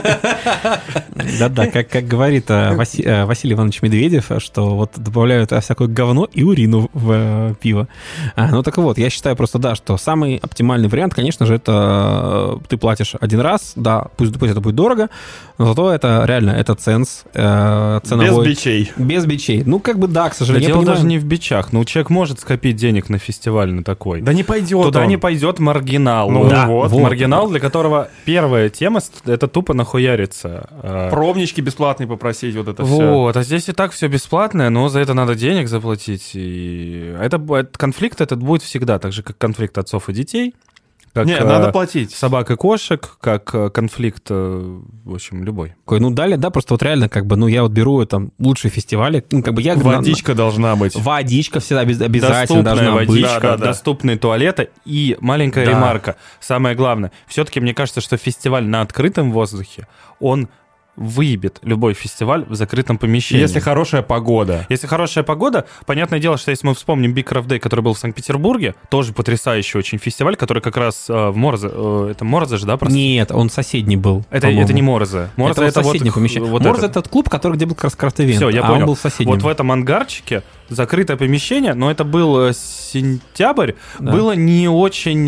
Да-да, как говорит Василий Иванович Медведев, что вот добавляют всякое говно и урину в пиво. Ну так вот, я считаю просто, да, что самый оптимальный вариант, конечно же, это ты платишь один раз, да, пусть это будет дорого, но зато это реально, это ценз ценовой. Без бичей. Без бичей. Ну, как бы да, к Да сожалению. дело я понимаю. даже не в бичах. Ну, человек может скопить денег на фестиваль на такой. Да не пойдет Туда он. не пойдет маргинал. Ну Да, вот. Маргинал, для которого первая тема — это тупо нахуяриться. Пробнички бесплатные попросить, вот это все. Вот, а здесь и так все бесплатное, но за это надо денег заплатить. И конфликт этот будет всегда, так же, как конфликт отцов и детей. Как, Не, надо платить. Собак и кошек, как конфликт, в общем, любой. Ну, далее, да, просто вот реально, как бы, ну, я вот беру там лучшие фестивали, ну, как бы я... Водичка должна быть. Водичка всегда обязательно Доступная должна быть. водичка, Да. доступные туалеты и маленькая Да. ремарка. Самое главное, все-таки мне кажется, что фестиваль на открытом воздухе, он выебет любой фестиваль в закрытом помещении. Если хорошая погода. Если хорошая погода, понятное дело, что если мы вспомним Big Craft Day, который был в Санкт-Петербурге, тоже потрясающий очень фестиваль, который как раз в Морзе... это Морзе же, да? Просто? Нет, он соседний был. Это по-моему. не Морзе. Морзе это вот соседнее вот, помещение. вот Морзе это. это клуб, где был как раз крафт-ивент. Все, я а понял. он был в соседнем. Вот в этом ангарчике закрытое помещение, но это был сентябрь, Да. было не очень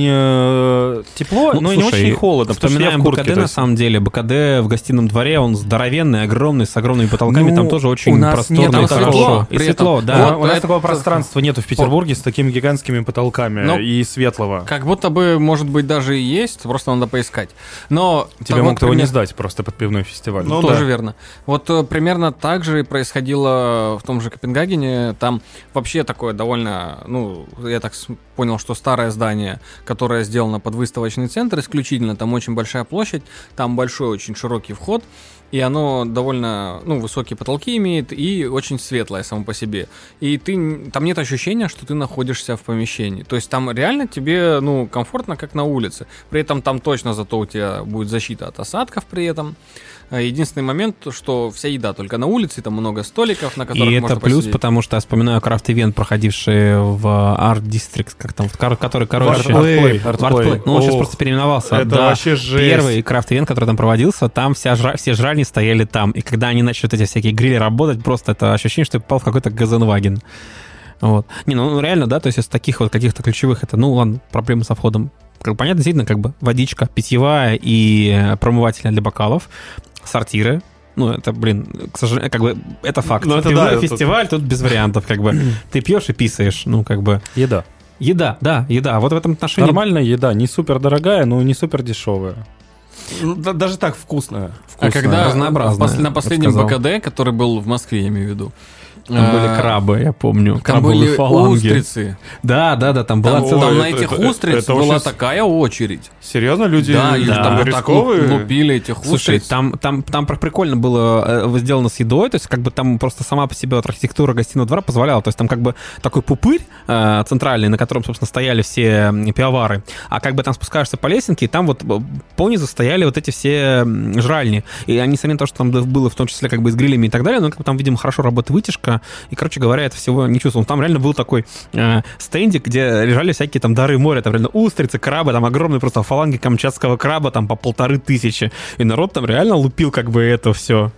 тепло, Ну, но и не слушай, очень холодно, потому что я вспоминаем в куртке. БКД, то на есть. самом деле. БКД в гостином дворе, он здоровенный, огромный, с огромными потолками. Ну, там тоже очень у нас просторно нет, и там хорошо. светло, И при светло, этом. да. У нас это- такого пространства нету в Петербурге с такими гигантскими потолками Ну, и светлого. Как будто бы, может быть, даже и есть, просто надо поискать. Но Тебе так могут вот, его не пример- сдать просто под пивной фестиваль. Ну, тоже да. верно. Вот примерно так же и происходило в том же Копенгагене. Там вообще такое довольно, ну, я так понял, что старое здание, которое сделано под выставочный центр исключительно, там очень большая площадь, там большой очень широкий вход, и оно довольно, ну, высокие потолки имеет и очень светлое само по себе. И там нет ощущения, что ты находишься в помещении. То есть там реально тебе, ну, комфортно, как на улице. При этом там точно зато у тебя будет защита от осадков при этом. Единственный момент, что вся еда только на улице, там много столиков, на которых И можно это плюс, посидеть. потому что я вспоминаю крафт-ивент, проходивший в Art District, как там, который, короче... Артплей. В Артплей. Ну, он сейчас Ох, просто переименовался. это Да. вообще жесть. Первый крафт-ивент, который там проводился, там все жральни стояли там. И когда они начали вот эти всякие грили работать, просто это ощущение, что я попал в какой-то Газенваген. Вот. Не, ну реально, да, то есть из таких вот каких-то ключевых, это, ну ладно, проблемы со входом. Как понятно, действительно, как бы водичка питьевая и промывательная для бокалов, сортиры. Ну, это, блин, к сожалению, как бы, это факт. Ну, это Пивной да, это- фестиваль, тут без вариантов, как бы. Ты пьешь и писаешь, ну, как бы. Еда. Еда, да, еда. Вот в этом отношении... Нормальная еда, не супер дорогая, но не супер дешевая. Ну, даже так вкусная. А когда разнообразная, на я последнем бы сказал. БКД, который был в Москве, я имею в виду, Там были крабы, я помню. там Крабовые были фаланги. устрицы. Да, там была Там- целая... Там на это- этих это- устриц это была очень такая очередь. Серьезно, люди Да, и там вот так рисковые? лупили этих Слушай, устриц. там прикольно было сделано с едой, то есть как бы там просто сама по себе вот архитектура гостиного двора позволяла, то есть там как бы такой пупырь центральный, на котором, собственно, стояли все пивовары, а как бы там спускаешься по лесенке, и там вот понизу стояли вот эти все жральни, и они сами то, что там было, в том числе как бы с грилями и так далее, но как бы там, видимо, хорошо работает вытяжка, и, короче говоря, это всего не чувствовал. Там реально был такой стендик, где лежали всякие там дары моря, там реально устрицы, крабы, там огромные просто фаланги камчатского краба, там по 1500, и народ там реально лупил как бы это все.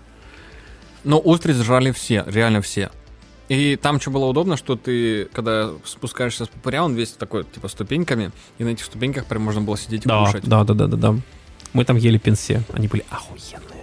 Но устриц жрали все, реально все. И там что было удобно, что ты, когда спускаешься с пупыря, он весь такой, типа, ступеньками, и на этих ступеньках прям можно было сидеть и кушать. Да. Мы там ели пенсе, они были охуенные.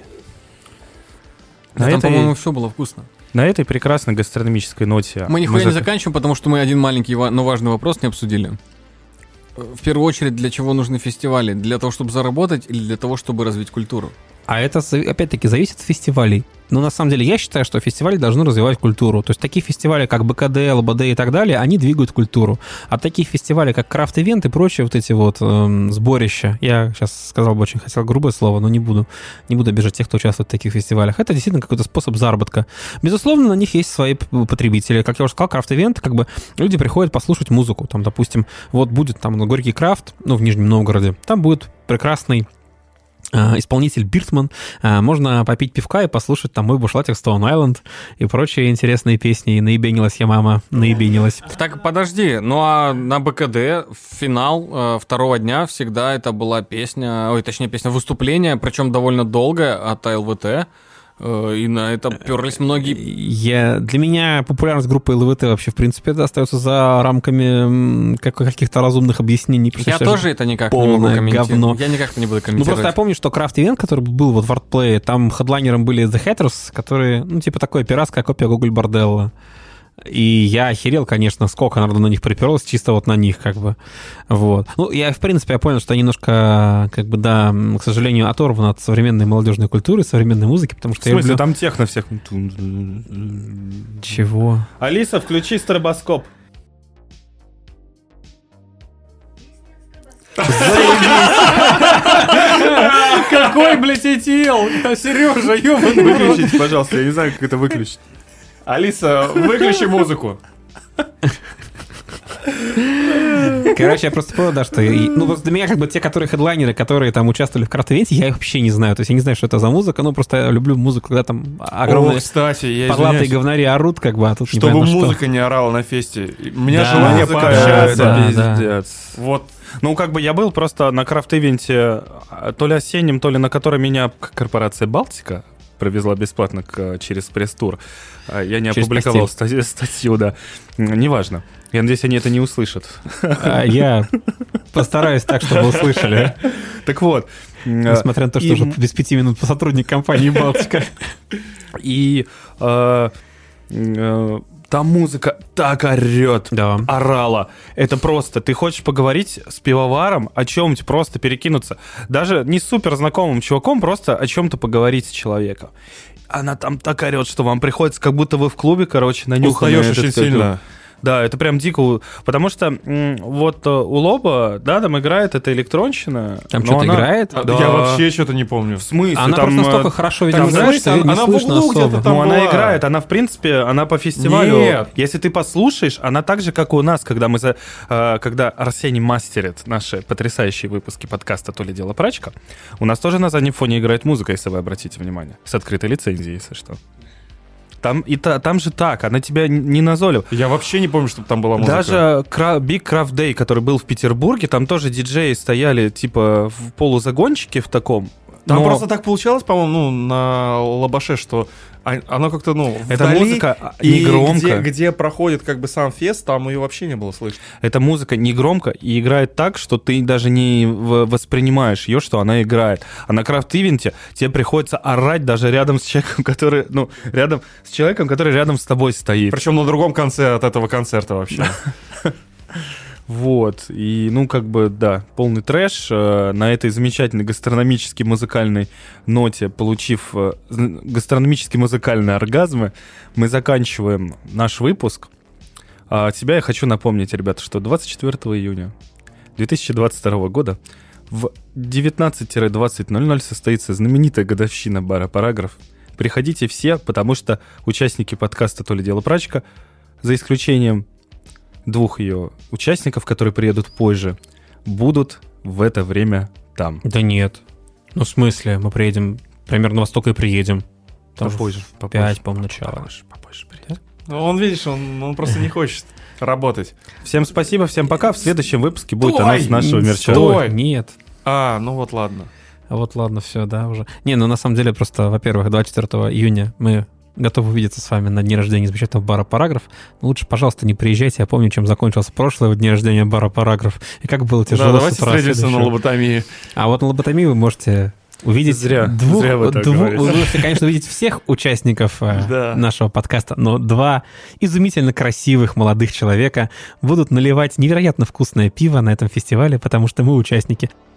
На Там, этой- по-моему, все было вкусно. На этой прекрасной гастрономической ноте... Мы нихуя не заканчиваем, потому что мы один маленький, но важный вопрос не обсудили. В первую очередь, для чего нужны фестивали? Для того, чтобы заработать или для того, чтобы развить культуру? А это, опять-таки, зависит от фестивалей. Но на самом деле я считаю, что фестивали должны развивать культуру. То есть такие фестивали, как БКД, ЛБД и так далее, они двигают культуру. А такие фестивали, как Крафт-ивент и прочие вот эти вот сборища, я сейчас сказал бы, очень хотел грубое слово, но не буду обижать тех, кто участвует в таких фестивалях. Это действительно какой-то способ заработка. Безусловно, на них есть свои потребители. Как я уже сказал, Крафт-ивент, как бы люди приходят послушать музыку. Там, допустим, вот будет там Горький Крафт, в Нижнем Новгороде, там будет прекрасный исполнитель Биртман, можно попить пивка и послушать там «Мой бушлатик Stone Island» и прочие интересные песни. И «Наебенилась я, мама, наебенилась». Так, подожди, ну а на БКД финал второго дня всегда это была песня, выступление, причем довольно долгое от ЛВТ. И на это перлись многие. Для меня популярность группы ЛВТ вообще, в принципе, это остается за рамками каких-то разумных объяснений. Я тоже это никак не могу комментировать. Говно. Я никак не буду комментировать. Ну, просто я помню, что Крафт-ивент, который был вот в Артплее, там хедлайнером были The Hatters, которые, ну, типа такое пиратская копия Гоголь Борделла. И я охерел, конечно, сколько народу на них приперлось, чисто вот на них, как бы. Вот. Ну, я, в принципе, я понял, что я немножко, как бы, да, к сожалению, оторван от современной молодежной культуры, современной музыки, потому что В смысле, я люблю... там техно всех... Чего? Алиса, включи стробоскоп. Какой, блядь, ИТЛ? Сережа, ёбаный. Выключите, пожалуйста, я не знаю, как это выключить. Алиса, выключи музыку. Короче, я просто понял, да, что... Ну, просто для меня как бы те, которые хедлайнеры, которые там участвовали в Крафт-ивенте, я их вообще не знаю. То есть я не знаю, что это за музыка, но просто я люблю музыку, когда там огромные кстати, я подлатые извиняюсь. говнари орут, как бы, а тут Чтобы непонятно что. музыка не орала на фесте. У меня Да, желание музыка, пообщаться. да. Пиздец. Вот. Ну, как бы я был просто на крафт-ивенте, то ли осеннем, то ли на котором меня корпорация «Балтика» провезла бесплатно через пресс-тур. Я не Через опубликовал статью, да. Неважно. Я надеюсь, они это не услышат. Я постараюсь так, чтобы услышали. Так вот. Несмотря на то, что уже без 5 минут по сотрудник компании «Балтика». И там музыка так орет, Да. орала. Это просто, ты хочешь поговорить с пивоваром о чем-то, просто перекинуться. Даже не с супер знакомым чуваком, просто о чем-то поговорить с человеком. Она там так орет, что вам приходится, как будто вы в клубе, короче, нанюханные. Устаешь очень сильно. Да, это прям дико. Потому что вот у Лоба, да, там играет эта электронщина. Там что-то играет? Да. Я вообще что-то не помню. В смысле? Она там, просто настолько хорошо, там, видимо, играет, что её не она в слышно углу особо. где-то там Ну, она была. играет, она, в принципе, она по фестивалю. Нет. Если ты послушаешь, она так же, как и у нас, когда когда Арсений мастерит наши потрясающие выпуски подкаста «То ли дело прачка», у нас тоже на заднем фоне играет музыка, если вы обратите внимание. С открытой лицензией, если что. Там же так, она тебя не назолила. Я вообще не помню, чтобы там была музыка. Даже Big Craft Day, который был в Петербурге, там тоже диджеи стояли типа в полузагончике в таком. Там но просто так получалось, по-моему, на Лабаше, что оно как-то, эта вдали, музыка и не громко. где проходит как бы сам фест, там ее вообще не было слышно. Эта музыка не громко и играет так, что ты даже не воспринимаешь ее, что она играет. А на крафт-ивенте тебе приходится орать даже рядом с человеком, который, рядом с тобой стоит. Причем на другом конце от этого концерта вообще. Вот, и, да, полный трэш. На этой замечательной гастрономической музыкальной ноте, получив гастрономические музыкальные оргазмы, мы заканчиваем наш выпуск. А от себя я хочу напомнить, ребята, что 24 июня 2022 года в 19:20 состоится знаменитая годовщина бара «Параграф». Приходите все, потому что участники подкаста «То ли дело прачка», за исключением 2 ее участников, которые приедут позже, будут в это время там. Да нет. Ну, в смысле? Мы приедем, примерно во столько и приедем. Там Попозже. 5, по-моему, начала. Попозже приедем. Ну, он, видишь, он просто не хочет работать. Всем спасибо, всем пока. В следующем выпуске будет Стой! анонс нашего мерча. Стой! Нет. Ну вот ладно. Вот ладно, все, да, уже. Не, ну на самом деле просто, во-первых, 24 июня мы готовы увидеться с вами на дне рождения замечательного бара «Параграф». Но лучше, пожалуйста, не приезжайте. Я помню, чем закончился прошлое день рождения бара «Параграф». И как было тяжело Давайте с утра встретимся на следующего. лоботомии. А вот на лоботомии вы можете увидеть Зря вы так говорите. Вы можете, конечно, увидеть всех участников Да. нашего подкаста, но 2 изумительно красивых молодых человека будут наливать невероятно вкусное пиво на этом фестивале, потому что мы участники.